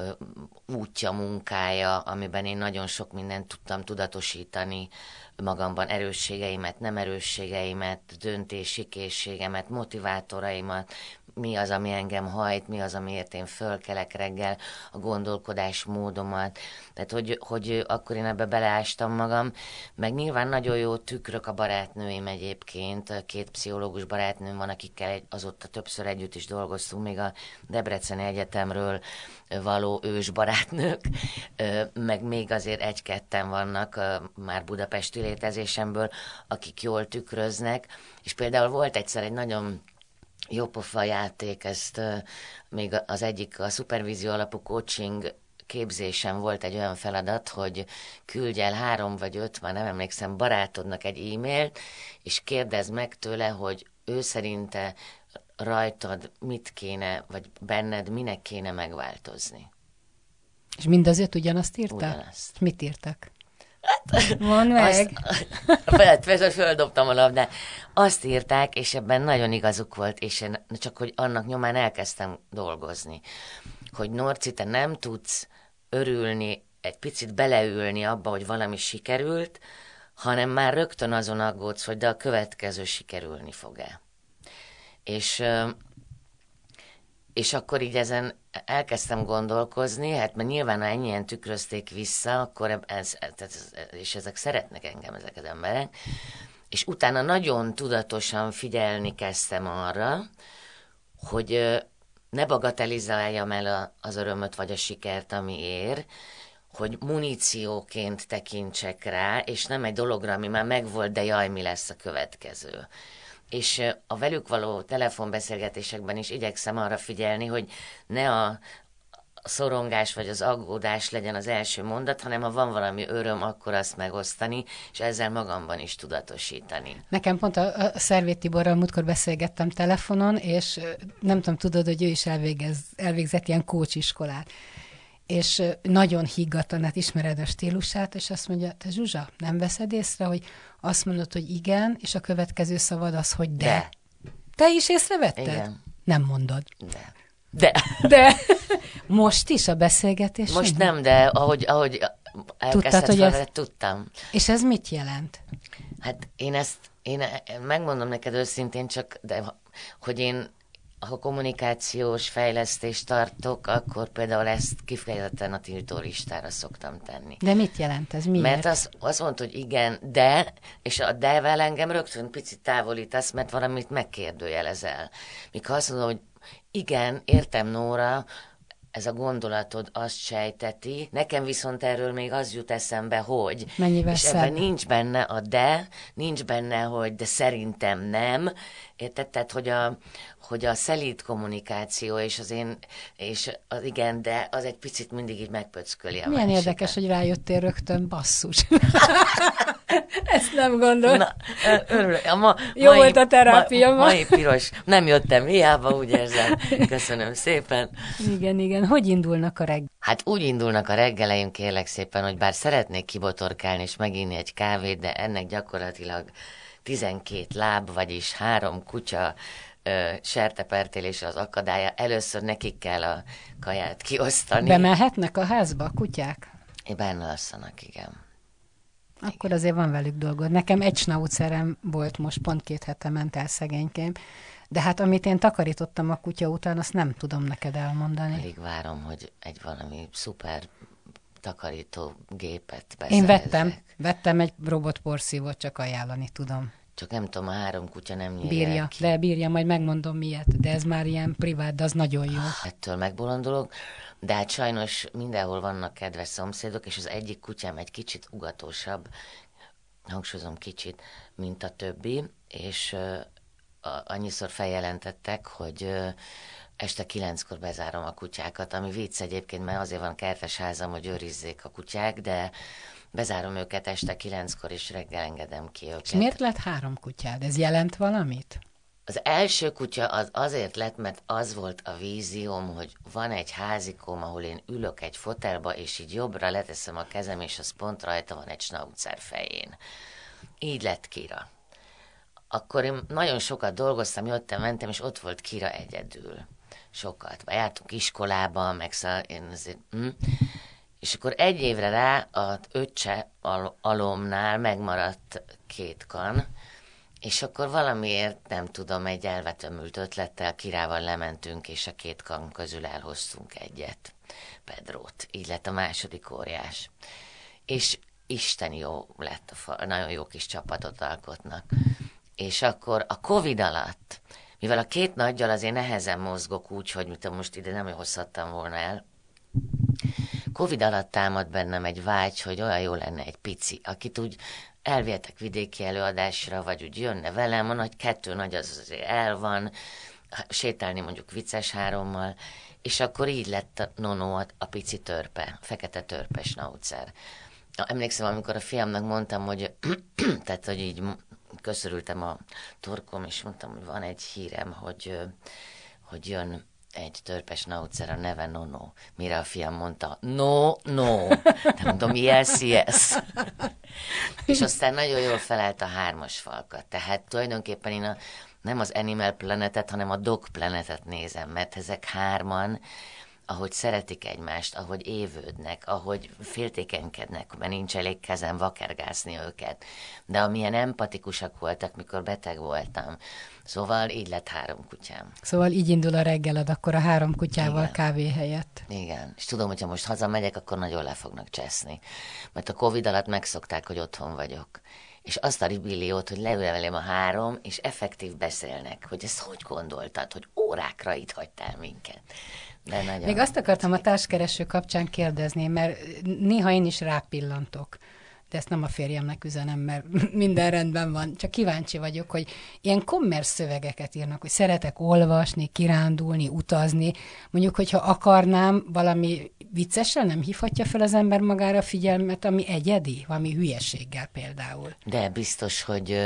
útja, munkája, amiben én nagyon sok mindent tudtam tudatosítani magamban, erősségeimet, nem erősségeimet, döntési készségemet, motivátoraimat, mi az, ami engem hajt, mi az, amiért én fölkelek reggel, a gondolkodásmódomat. Tehát, hogy, hogy akkor én ebbe beleástam magam, meg nyilván nagyon jó tükrök a barátnőim egyébként, két pszichológus barátnőm van, akikkel azóta többször együtt is dolgoztunk, még a Debreceni Egyetemről való ős barátnők, meg még azért egy-ketten vannak már budapesti létezésemből, akik jól tükröznek, és például volt egyszer egy nagyon jópofa játék, ezt uh, még az egyik, a szupervízió alapú coaching képzésen volt egy olyan feladat, hogy küldj el három vagy öt, már nem emlékszem, barátodnak egy e-mailt, és kérdezd meg tőle, hogy ő szerinte rajtad mit kéne, vagy benned minek kéne megváltozni. És mindazért ugyanazt írta? Ugyanazt. Mit írtak? Mondd meg! Azt, földobtam a labdát. Azt írták, és ebben nagyon igazuk volt, és én csak hogy annak nyomán elkezdtem dolgozni. Hogy Norci, te nem tudsz örülni, egy picit beleülni abba, hogy valami sikerült, hanem már rögtön azon aggódsz, hogy de a következő sikerülni fog-e. És, és akkor így ezen elkezdtem gondolkozni, hát mert nyilván, ha ennyien tükrözték vissza, akkor ez, ez, és ezek szeretnek engem, ezek az emberek, és utána nagyon tudatosan figyelni kezdtem arra, hogy ne bagatelizáljam el az örömöt vagy a sikert, ami ér, hogy munícióként tekintsek rá, és nem egy dologra, ami már megvolt, de jaj, mi lesz a következő. És a velük való telefonbeszélgetésekben is igyekszem arra figyelni, hogy ne a szorongás vagy az aggódás legyen az első mondat, hanem ha van valami öröm, akkor azt megosztani, és ezzel magamban is tudatosítani. Nekem pont a, a Szervét Tiborral múltkor beszélgettem telefonon, és nem tudom, tudod, hogy ő is elvégez, elvégzett ilyen coach iskolát. És nagyon higgadtan, hát ismered a stílusát, és azt mondja, te Zsuzsa, nem veszed észre, hogy azt mondod, hogy igen, és a következő szavad az, hogy de. de. Te is észrevetted? Igen. Nem mondod. De. De. De. Most is a beszélgetés? Most nem, de ahogy, ahogy elkezdett fel, ez... tudtam. És ez mit jelent? Hát én ezt, én megmondom neked őszintén csak, de hogy én ha kommunikációs fejlesztést tartok, akkor például ezt kifejezetten a tiltólistára szoktam tenni. De mit jelent ez? Miért? Mert az, azt mondta, hogy igen, de, és a de-vel engem rögtön picit távolítasz, mert valamit megkérdőjelezel. Mikor azt mondom, hogy igen, értem, Nóra, ez a gondolatod azt sejteti, nekem viszont erről még az jut eszembe, hogy... Mennyivel és szebb. ebben nincs benne a de, nincs benne, hogy de szerintem nem. Érted? Tehát, hogy a, hogy a szelíd kommunikáció és az én, és az igen, de az egy picit mindig így megpöcköli a Milyen másikat. érdekes, hogy rájöttél rögtön, basszus. Ezt nem gondolt. Na, örülök. A ma, Jó mai, volt a terápia ma. ma. Mai piros. Nem jöttem hiába, úgy érzem. Köszönöm szépen. Igen, igen. Hogy indulnak a reggel? Hát úgy indulnak a reggeleim, kérlek szépen, hogy bár szeretnék kibotorkálni és meginni egy kávét, de ennek gyakorlatilag tizenkét láb, vagyis három kutya ö, sertepertélése az akadálya. Először nekik kell a kaját kiosztani. Bemelhetnek a házba a kutyák? É, benne lasszanak, igen. Akkor igen. Azért van velük dolgod. Nekem egy snaucerem volt most, pont két hete ment el szegénykém, de hát amit én takarítottam a kutya után, azt nem tudom neked elmondani. Alig várom, hogy egy valami szuper takarító gépet beszerezzek. Én vettem, vettem egy robotporszívót, csak ajánlani tudom. Csak nem tudom, a három kutya nem nyírják Bírja, ki. de bírja, majd megmondom miért, de ez már ilyen privát, de az nagyon jó. Ettől megbolondulok, de hát sajnos mindenhol vannak kedves szomszédok, és az egyik kutyám egy kicsit ugatósabb, hangsúlyozom kicsit, mint a többi, és uh, annyiszor feljelentettek, hogy uh, este kilenckor bezárom a kutyákat, ami vicc egyébként, mert azért van kertes házam, hogy őrizzék a kutyák, de bezárom őket este kilenckor, és reggel engedem ki őket. És miért lett három kutyád? Ez jelent valamit? Az első kutya az azért lett, mert az volt a vízióm, hogy van egy házikóm, ahol én ülök egy fotelba, és így jobbra leteszem a kezem, és az pont rajta van egy snauzer fején. Így lett Kira. Akkor én nagyon sokat dolgoztam, jöttem, mentem, és ott volt Kira egyedül. Sokat. Jártunk iskolába, meg szóval én azért... Hm. És akkor egy évre rá az öccse al- alomnál megmaradt két kan, és akkor valamiért, nem tudom, egy elvetemült ötlettel Kirával lementünk, és a két kan közül elhoztunk egyet, Pedrót. Így lett a második óriás. És Isten jó lett, a fa- nagyon jó kis csapatot alkotnak. És akkor a Covid alatt, mivel a két nagygyal azért nehezen mozgok úgy, hogy mit most ide nem hozhattam volna el, Covid alatt támad bennem egy vágy, hogy olyan jó lenne egy pici, akit úgy elvihetek vidéki előadásra, vagy úgy jönne velem, a nagy kettő nagy az azért el van, sétálni mondjuk vicces hárommal, és akkor így lett a Nono a, a pici törpe, fekete törpe snauzer. Emlékszem, amikor a fiamnak mondtam, hogy tehát, hogy így köszörültem a torkom, és mondtam, hogy van egy hírem, hogy, hogy jön egy törpes snauzer, a neve Nono. Mire a fiam mondta, no, no. De mondom, yes, yes. És aztán nagyon jól felállt a hármas falkat. Tehát tulajdonképpen én a, nem az Animal Planetet, hanem a Dog Planetet nézem, mert ezek hárman ahogy szeretik egymást, ahogy évődnek, ahogy féltékenykednek, mert nincs elég kezem vakergászni őket. De amilyen empatikusak voltak, mikor beteg voltam. Szóval így lett három kutyám. Szóval így indul a reggeled, akkor a három kutyával igen. kávé helyett. Igen, és tudom, hogyha most hazamegyek, akkor nagyon le fognak cseszni. Mert a Covid alatt megszokták, hogy otthon vagyok. És azt a ribilliót, hogy leül velem a három, és effektív beszélnek, hogy ezt hogy gondoltad, hogy órákra itt hagytál minket. De nagyon Még azt akartam a társkereső kapcsán kérdezni, mert néha én is rápillantok, de ezt nem a férjemnek üzenem, mert minden rendben van. Csak kíváncsi vagyok, hogy ilyen commerce szövegeket írnak, hogy szeretek olvasni, kirándulni, utazni. Mondjuk, hogyha akarnám, valami viccesen nem hívhatja fel az ember magára figyelmet, ami egyedi, valami hülyeséggel például. De biztos, hogy...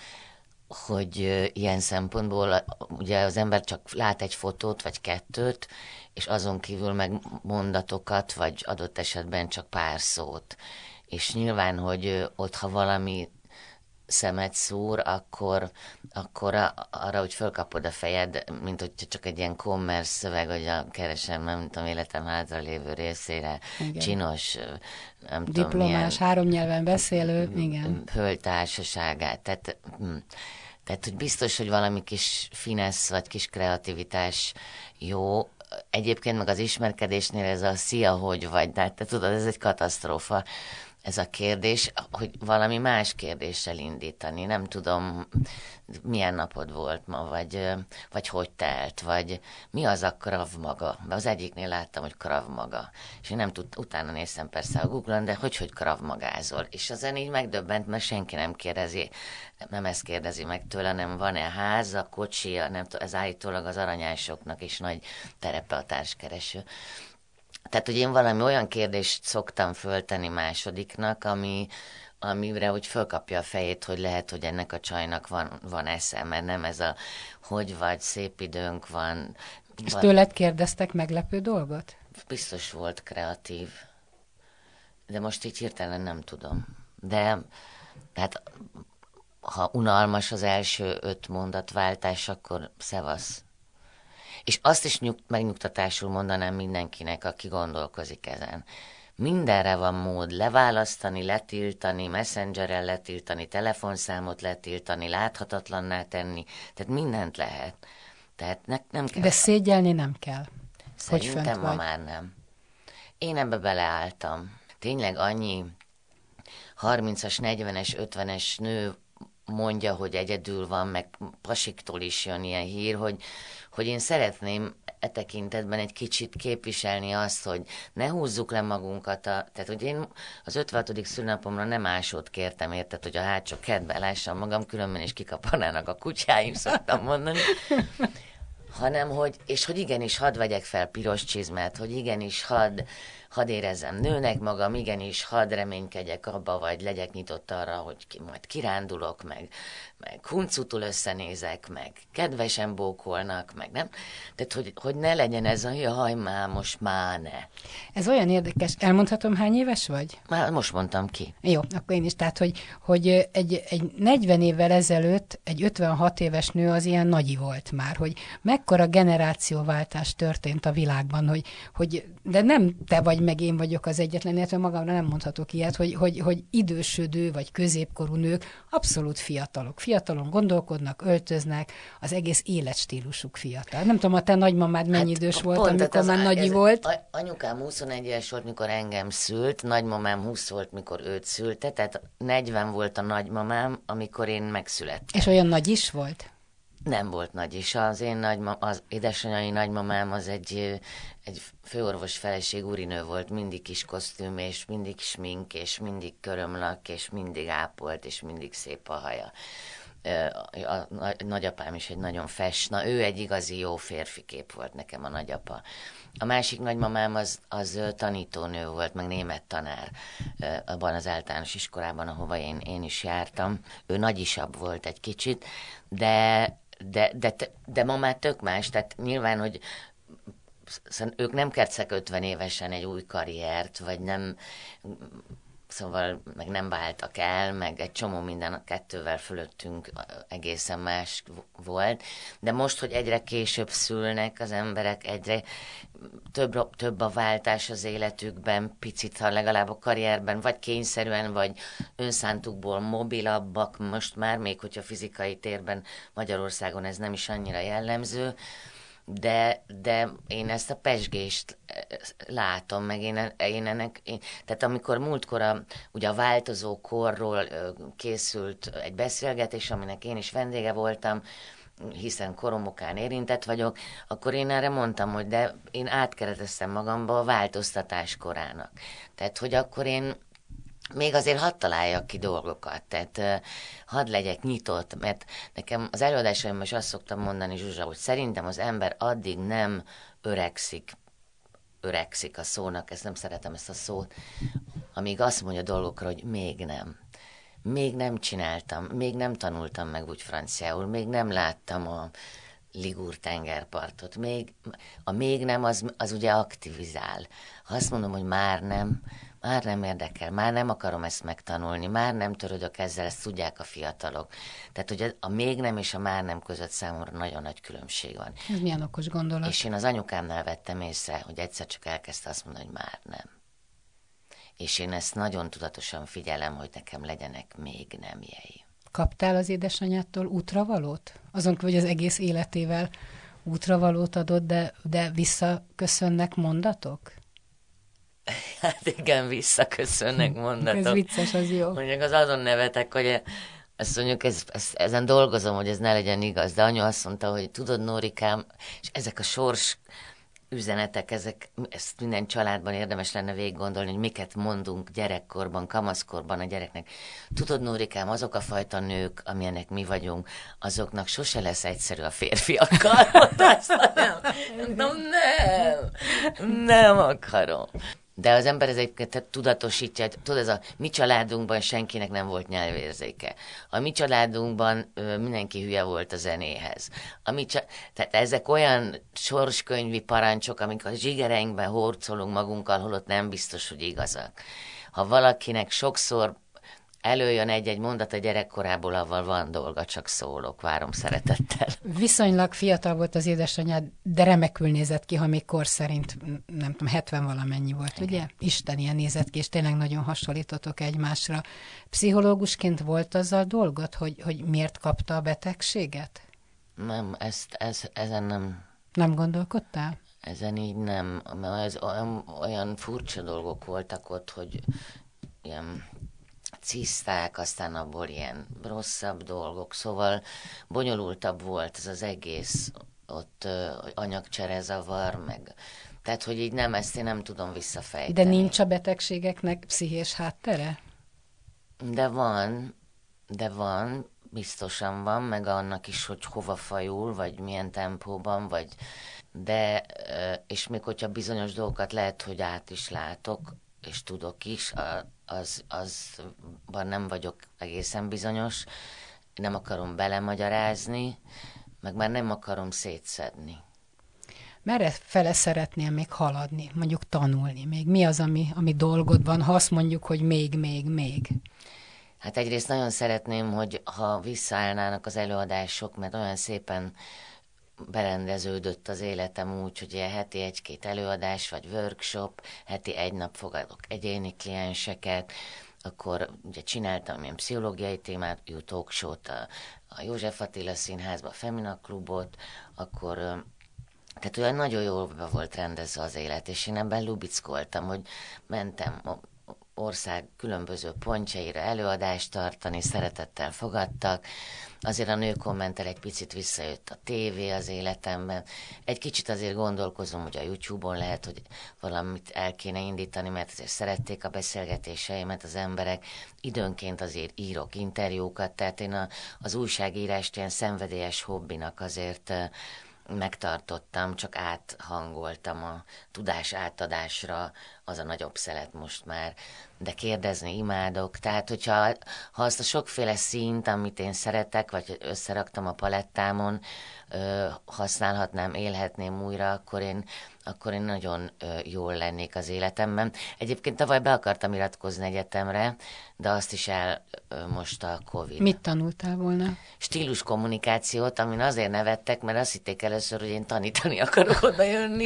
hogy ilyen szempontból ugye az ember csak lát egy fotót, vagy kettőt, és azon kívül meg mondatokat, vagy adott esetben csak pár szót. És nyilván, hogy ott, ha valami szemet szúr, akkor, akkor arra, hogy fölkapod a fejed, mint hogy csak egy ilyen commerce szöveg, hogy a keresem, nem tudom, életem hátra lévő részére, igen. Csinos, nem diplomás, tudom, milyen, három nyelven beszélő, igen. Hölgytársaságát, tehát... Hm. Tehát, hogy biztos, hogy valami kis finesz, vagy kis kreativitás jó. Egyébként meg az ismerkedésnél ez a szia, hogy vagy, de te tudod, ez egy katasztrófa. Ez a kérdés, hogy valami más kérdéssel indítani. Nem tudom, milyen napod volt ma, vagy, vagy hogy telt, vagy mi az a Krav Maga. Az egyiknél láttam, hogy Krav Maga. És én nem tud, utána néztem persze a Google-on, de hogy, hogy Krav Magázol. És azon így megdöbbent, mert senki nem kérdezi, nem ezt kérdezi meg tőle, nem van-e háza, kocsia, nem tudom, ez állítólag az aranyásoknak is nagy terepe a társkereső. Tehát, hogy én valami olyan kérdést szoktam föltenni másodiknak, ami, amire hogy fölkapja a fejét, hogy lehet, hogy ennek a csajnak van, van esze, mert nem ez a hogy vagy, szép időnk van. És van. Tőled kérdeztek meglepő dolgot? Biztos volt kreatív, de most így hirtelen nem tudom. De hát, ha unalmas az első öt mondatváltás, akkor szevasz. És azt is nyug, megnyugtatásul mondanám mindenkinek, aki gondolkozik ezen. Mindenre van mód leválasztani, letiltani, messengeren letiltani, telefonszámot letiltani, láthatatlanná tenni, tehát mindent lehet. Tehát ne, nem kell. De szégyelni nem kell. Szerintem ma már nem. Én ebbe beleálltam. Tényleg annyi harmincas, negyvenes, ötvenes nő mondja, hogy egyedül van, meg pasiktól is jön ilyen hír, hogy, hogy én szeretném e tekintetben egy kicsit képviselni azt, hogy ne húzzuk le magunkat, a, tehát hogy én az ötvenhatodik szülnapomra nem ásót kértem, érted, hogy a hátsó kertben lássam magam, különben is kikaparnának a kutyáim, szoktam mondani, hanem hogy, és hogy igenis hadd vegyek fel piros csizmát, hogy igenis hadd, hadd érezzem nőnek magam, igenis hadd reménykedjek abba, vagy legyek nyitott arra, hogy ki, majd kirándulok, meg, meg huncutul összenézek, meg kedvesen bókolnak, meg nem. Tehát, hogy, hogy ne legyen ez a jaj, már most már ne. Ez olyan érdekes. Elmondhatom, hány éves vagy? Már most mondtam ki. Jó, akkor én is. Tehát, hogy, hogy egy, egy negyven évvel ezelőtt egy ötvenhat éves nő az ilyen nagyi volt már, hogy mekkora generációváltás történt a világban, hogy, hogy de nem te vagy meg én vagyok az egyetlen, illetve magamra nem mondhatok ilyet, hogy, hogy, hogy idősödő vagy középkorú nők abszolút fiatalok. Fiatalon gondolkodnak, öltöznek, az egész életstílusuk fiatal. Nem tudom, a te nagymamád mennyi hát, idős volt, amikor az, már nagyi ez, volt? A, anyukám huszonegy éves volt, mikor engem szült, nagymamám húsz volt, mikor őt szülte, tehát negyven volt a nagymamám, amikor én megszülettem. És olyan nagy is volt? Nem volt nagy is. Az én nagymam, az édesanyai nagymamám az egy, egy főorvos feleség úrinő volt, mindig kis kosztüm, és mindig smink, és mindig körömlak, és mindig ápolt, és mindig szép a haja. A, a, a nagyapám is egy nagyon fes, na ő egy igazi jó férfi kép volt nekem a nagyapa. A másik nagymamám az, az tanítónő volt, meg német tanár abban az általános iskolában, ahova én, én is jártam. Ő nagyisabb volt egy kicsit, de De, de, de ma már tök más, tehát nyilván, hogy ők nem kezdtek ötven évesen egy új karriert, vagy nem, szóval meg nem váltak el, meg egy csomó minden a kettővel fölöttünk egészen más volt, de most, hogy egyre később szülnek az emberek, egyre több, több a váltás az életükben, picit, ha legalább a karrierben, vagy kényszerűen, vagy önszántukból mobilabbak most már, még hogyha fizikai térben Magyarországon ez nem is annyira jellemző, de, de én ezt a pezsgést látom, meg én, én ennek, én, tehát amikor múltkor a, ugye a változó korról készült egy beszélgetés, aminek én is vendége voltam, hiszen koromokán érintett vagyok, akkor én erre mondtam, hogy de én átkereteztem magamba a változtatás korának. Tehát, hogy akkor én még azért hadd találjak ki dolgokat, tehát uh, hadd legyek nyitott, mert nekem az előadásaimban is azt szoktam mondani, Zsuzsa, hogy szerintem az ember addig nem öregszik, öregszik a szónak, ezt nem szeretem ezt a szót, amíg azt mondja dolgokra, hogy még nem. Még nem csináltam, még nem tanultam meg úgy franciául, még nem láttam a Ligúr tengerpartot, még, a még nem az, az ugye aktivizál. Ha azt mondom, hogy már nem, már nem érdekel, már nem akarom ezt megtanulni, már nem törődök ezzel, ezt tudják a fiatalok. Tehát, hogy a még nem és a már nem között számomra nagyon nagy különbség van. Ez milyen okos gondolat. És én az anyukámnál vettem észre, hogy egyszer csak elkezdte azt mondani, hogy már nem. És én ezt nagyon tudatosan figyelem, hogy nekem legyenek még nemjei. Kaptál az édesanyádtól útravalót? Azon, hogy az egész életével útravalót adott, de, de visszaköszönnek mondatok? Hát igen, visszaköszönnek mondatok. Ez vicces, az jó. Mondjuk az azon nevetek, hogy ezt mondjuk ez, ez, ezen dolgozom, hogy ez ne legyen igaz, de anyu azt mondta, hogy tudod, Nórikám, és ezek a sors üzenetek, ezek, ezt minden családban érdemes lenne végig gondolni, hogy miket mondunk gyerekkorban, kamaszkorban a gyereknek. Tudod, Nórikám, azok a fajta nők, amilyenek mi vagyunk, azoknak sose lesz egyszerű a férfiakkal. nem, nem, nem, nem akarom. De az ember ez egyébként tudatosítja, tudod, ez a mi családunkban senkinek nem volt nyelvérzéke. A mi családunkban ö, mindenki hülye volt a zenéhez. A mi csa- Tehát ezek olyan sorskönyvi parancsok, amik a zsigereinkben horcolunk magunkkal, holott nem biztos, hogy igazak. Ha valakinek sokszor előjön egy-egy mondat a gyerekkorából, avval van dolga, csak szólok, várom szeretettel. Viszonylag fiatal volt az édesanyád, de remekül nézett ki, ha még kor szerint, nem tudom, hetven valamennyi volt, igen. Ugye? Isten ilyen nézett ki, és tényleg nagyon hasonlítotok egymásra. Pszichológusként volt azzal dolgod, hogy, hogy miért kapta a betegséget? Nem, ezt, ez, ezen nem... Nem gondolkodtál? Ezen így nem, mert ez olyan, olyan furcsa dolgok voltak ott, hogy ilyen ciszták, aztán abból ilyen rosszabb dolgok, szóval bonyolultabb volt ez az egész, ott anyagcserezavar, meg tehát, hogy így nem, ezt én nem tudom visszafejteni. De nincs a betegségeknek pszichés háttere? De van, de van, biztosan van, meg annak is, hogy hova fajul, vagy milyen tempóban, vagy de, és még hogyha bizonyos dolgokat lehet, hogy át is látok, és tudok is, az, azban nem vagyok egészen bizonyos, nem akarom belemagyarázni, meg már nem akarom szétszedni. Merre fele szeretnél még haladni, mondjuk tanulni? Még mi az, ami, ami dolgod van, ha azt mondjuk, hogy még, még, még? Hát egyrészt nagyon szeretném, hogy ha visszaállnának az előadások, mert olyan szépen berendeződött az életem úgy, hogy ilyen heti egy-két előadás, vagy workshop, heti egy nap fogadok egyéni klienseket, akkor ugye csináltam ilyen pszichológiai témát, jó talk show-t a, a József Attila Színházba, a Femina Klubot, akkor tehát olyan nagyon jól be volt rendezve az élet, és én ebben lubickoltam, hogy mentem ország különböző pontjaira előadást tartani, szeretettel fogadtak, azért a nőkommentel egy picit visszajött a tévé az életemben. Egy kicsit azért gondolkozom, hogy a YouTube-on lehet, hogy valamit el kéne indítani, mert azért szerették a beszélgetéseimet az emberek. Időnként azért írok interjúkat, tehát én a, az újságírást ilyen szenvedélyes hobbinak azért megtartottam, csak áthangoltam a tudás átadásra az a nagyobb szelet most már. De kérdezni imádok, tehát hogyha ha azt a sokféle színt, amit én szeretek, vagy összeraktam a palettámon, ö, használhatnám, élhetném újra, akkor én, akkor én nagyon ö, jól lennék az életemben. Egyébként tavaly be akartam iratkozni egyetemre, de azt is el ö, most a Covid. Mit tanultál volna? Stílus kommunikációt, amin azért nevettek, mert azt hitték először, hogy én tanítani akarok oda jönni,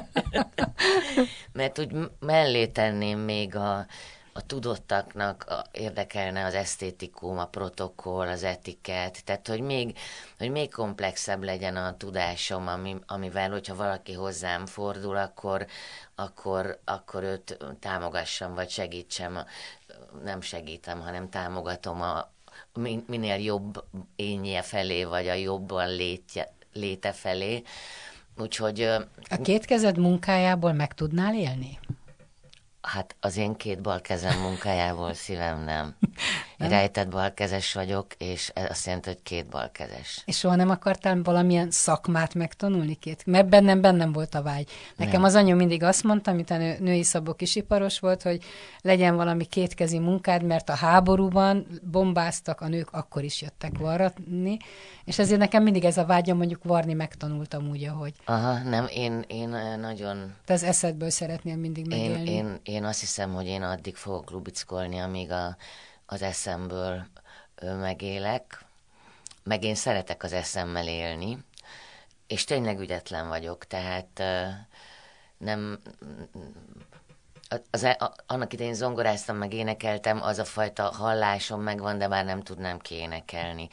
mert úgy mellé tenném még a, a tudottaknak a, érdekelne az esztétikum, a protokoll, az etikett, tehát hogy még, hogy még komplexebb legyen a tudásom, ami, amivel, hogyha valaki hozzám fordul, akkor, akkor, akkor őt támogassam, vagy segítsem, nem segítem, hanem támogatom a minél jobb énje felé, vagy a jobban létje, léte felé. Úgyhogy... A két kezed munkájából meg tudnál élni? Hát az én két bal kezem munkájából szívem nem. Én rejtett balkezes vagyok, és ez azt jelenti, hogy két balkezes. És soha nem akartál valamilyen szakmát megtanulni két? Mert bennem bennem volt a vágy. Nekem nem. Az anyum mindig azt mondta, amit a nő, női szabó kisiparos volt, hogy legyen valami kétkezi munkád, mert a háborúban bombáztak, a nők akkor is jöttek varratni, és ezért nekem mindig ez a vágyam, mondjuk varni megtanultam úgy, ahogy. Aha, nem, én, én nagyon... Te az eszedből szeretnél mindig megélni. Én, én, én azt hiszem, hogy én addig fogok lubickolni, amíg a az eszemből megélek, meg én szeretek az eszemmel élni, és tényleg ügyetlen vagyok, tehát nem... Az, az, annak idején zongoráztam, meg énekeltem, az a fajta hallásom megvan, de már nem tudnám kiénekelni.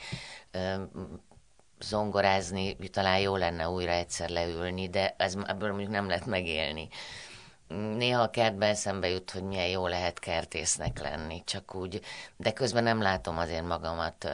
Zongorázni talán jó lenne újra egyszer leülni, de ez, ebből mondjuk nem lehet megélni. Néha a kertben eszembe jut, hogy milyen jó lehet kertésznek lenni, csak úgy, de közben nem látom azért magamat.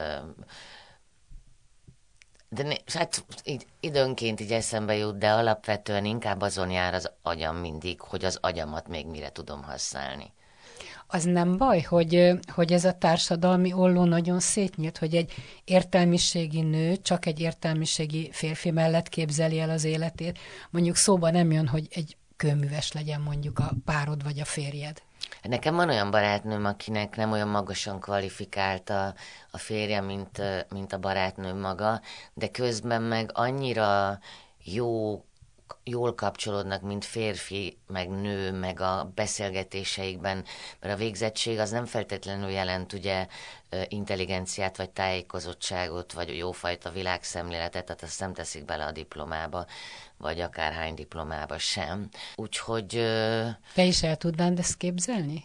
De né, hát így, időnként így eszembe jut, de alapvetően inkább azon jár az agyam mindig, hogy az agyamat még mire tudom használni. Az nem baj, hogy, hogy ez a társadalmi olló nagyon szétnyílt, hogy egy értelmiségi nő csak egy értelmiségi férfi mellett képzeli el az életét. Mondjuk szóba nem jön, hogy egy kőműves legyen mondjuk a párod vagy a férjed. Nekem van olyan barátnőm, akinek nem olyan magasan kvalifikált a, a férje, mint, mint a barátnőm maga, de közben meg annyira jó, jól kapcsolódnak, mint férfi, meg nő, meg a beszélgetéseikben, mert a végzettség az nem feltétlenül jelent ugye intelligenciát, vagy tájékozottságot, vagy jófajta világszemléletet, tehát azt nem teszik bele a diplomába, vagy akárhány diplomába sem. Úgyhogy... Te is el tudnád ezt képzelni?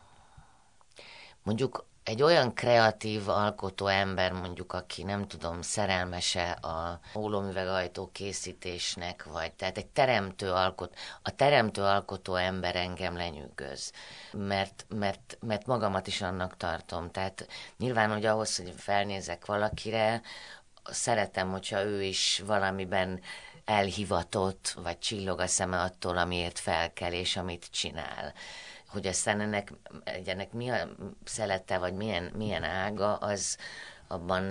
Mondjuk egy olyan kreatív, alkotó ember, mondjuk, aki nem tudom, szerelmese a hólómüvegajtó készítésnek, vagy tehát egy teremtő alkot, a teremtő alkotó ember engem lenyűgöz, mert, mert, mert magamat is annak tartom. Tehát nyilván, hogy ahhoz, hogy felnézek valakire, szeretem, hogyha ő is valamiben elhivatott, vagy csillog a szeme attól, amiért felkel, és amit csinál. Hogy aztán ennek, ennek mi a szelete, vagy milyen, milyen ága, az abban,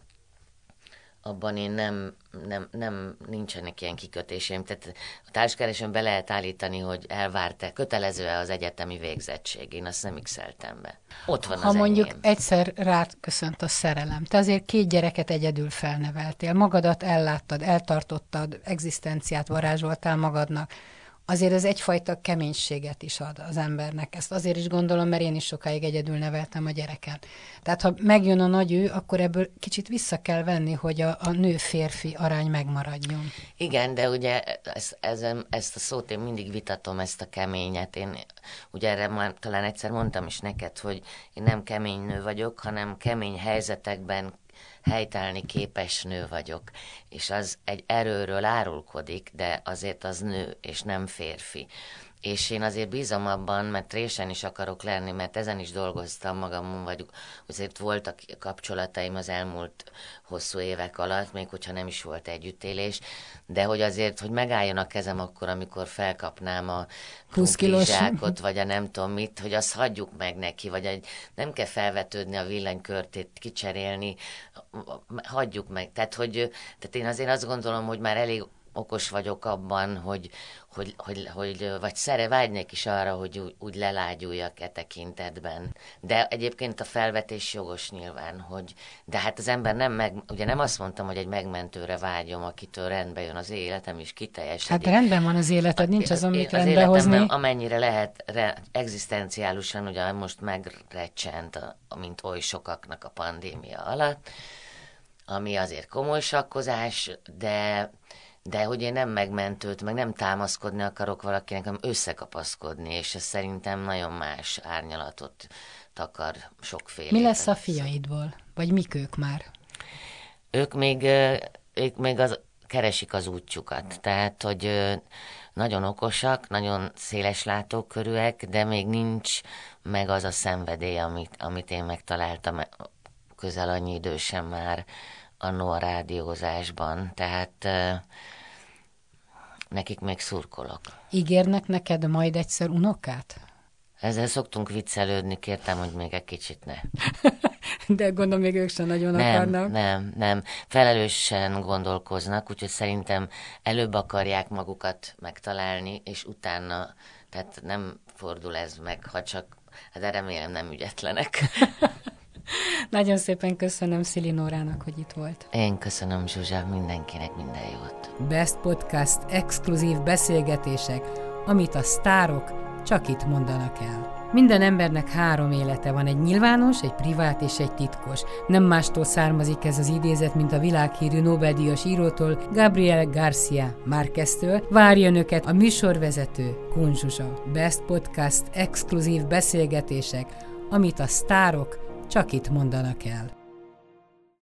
abban én nem, nem, nem nincsenek ilyen kikötéseim. Tehát a társkeresőn be lehet állítani, hogy elvárt-e, kötelező-e az egyetemi végzettség. Én azt nem x-eltem be. Ott van ha az mondjuk enyém. Egyszer rád köszönt a szerelem, te azért két gyereket egyedül felneveltél, magadat elláttad, eltartottad, egzisztenciát varázsoltál magadnak, azért ez egyfajta keménységet is ad az embernek. Ezt azért is gondolom, mert én is sokáig egyedül neveltem a gyereket. Tehát ha megjön a nagy ő, akkor ebből kicsit vissza kell venni, hogy a, a nő-férfi arány megmaradjon. Igen, de ugye ezt, ezen, ezt a szót én mindig vitatom, ezt a keményet. Én ugye erre már talán egyszer mondtam is neked, hogy én nem kemény nő vagyok, hanem kemény helyzetekben helytállni képes nő vagyok, és az egy erőről árulkodik, de azért az nő, és nem férfi. És én azért bízom abban, mert résen is akarok lenni, mert ezen is dolgoztam magamon, vagy azért voltak kapcsolataim az elmúlt hosszú évek alatt, még hogyha nem is volt együttélés, de hogy azért, hogy megálljon a kezem akkor, amikor felkapnám a krumplizsákot, vagy a nem tudom mit, hogy azt hagyjuk meg neki, vagy egy, nem kell felvetődni a villanykörtét, kicserélni, hagyjuk meg. Tehát, hogy, tehát én azért azt gondolom, hogy már elég okos vagyok abban, hogy, hogy, hogy, hogy vagy szere vágynék is arra, hogy úgy, úgy lelágyuljak e tekintetben. De egyébként a felvetés jogos nyilván, hogy de hát az ember nem meg, ugye nem azt mondtam, hogy egy megmentőre vágyom, akitől rendbe jön az életem, és kiteljesedik. Hát rendben van az életed, nincs azon mit az rendbe hozni. életemben, amennyire lehet re, egzisztenciálisan, ugye most megrecsent, mint oly sokaknak a pandémia alatt, ami azért komoly sakkozás, de De hogy én nem megmentőt, meg nem támaszkodni akarok valakinek, hanem összekapaszkodni, és ez szerintem nagyon más árnyalatot takar sokféle. Mi lesz a fiaidból? Vagy mik ők már? Ők még, ők még az, keresik az útjukat. Tehát, hogy nagyon okosak, nagyon széles látókörűek, de még nincs meg az a szenvedély, amit, amit én megtaláltam közel annyi idősen már annó a rádiózásban. Tehát nekik még szurkolok. Ígérnek neked majd egyszer unokát? Ezzel szoktunk viccelődni, kértem, hogy még egy kicsit ne. De gondolom, még ők sem nagyon nem, akarnak. Nem, nem. Felelősen gondolkoznak, úgyhogy szerintem előbb akarják magukat megtalálni, és utána, tehát nem fordul ez meg, ha csak, de remélem nem ügyetlenek. Nagyon szépen köszönöm Szili Nórának, hogy itt volt. Én köszönöm, Zsuzsa, mindenkinek minden jót. Best Podcast exkluzív beszélgetések, amit a sztárok csak itt mondanak el. Minden embernek három élete van, egy nyilvános, egy privát és egy titkos. Nem mástól származik ez az idézet, mint a világhírű Nobel-díjas írótól, Gabriel García Márqueztől. Várja önöket a műsorvezető, Kun Zsuzsa. Best Podcast exkluzív beszélgetések, amit a sztárok csak itt mondanak el.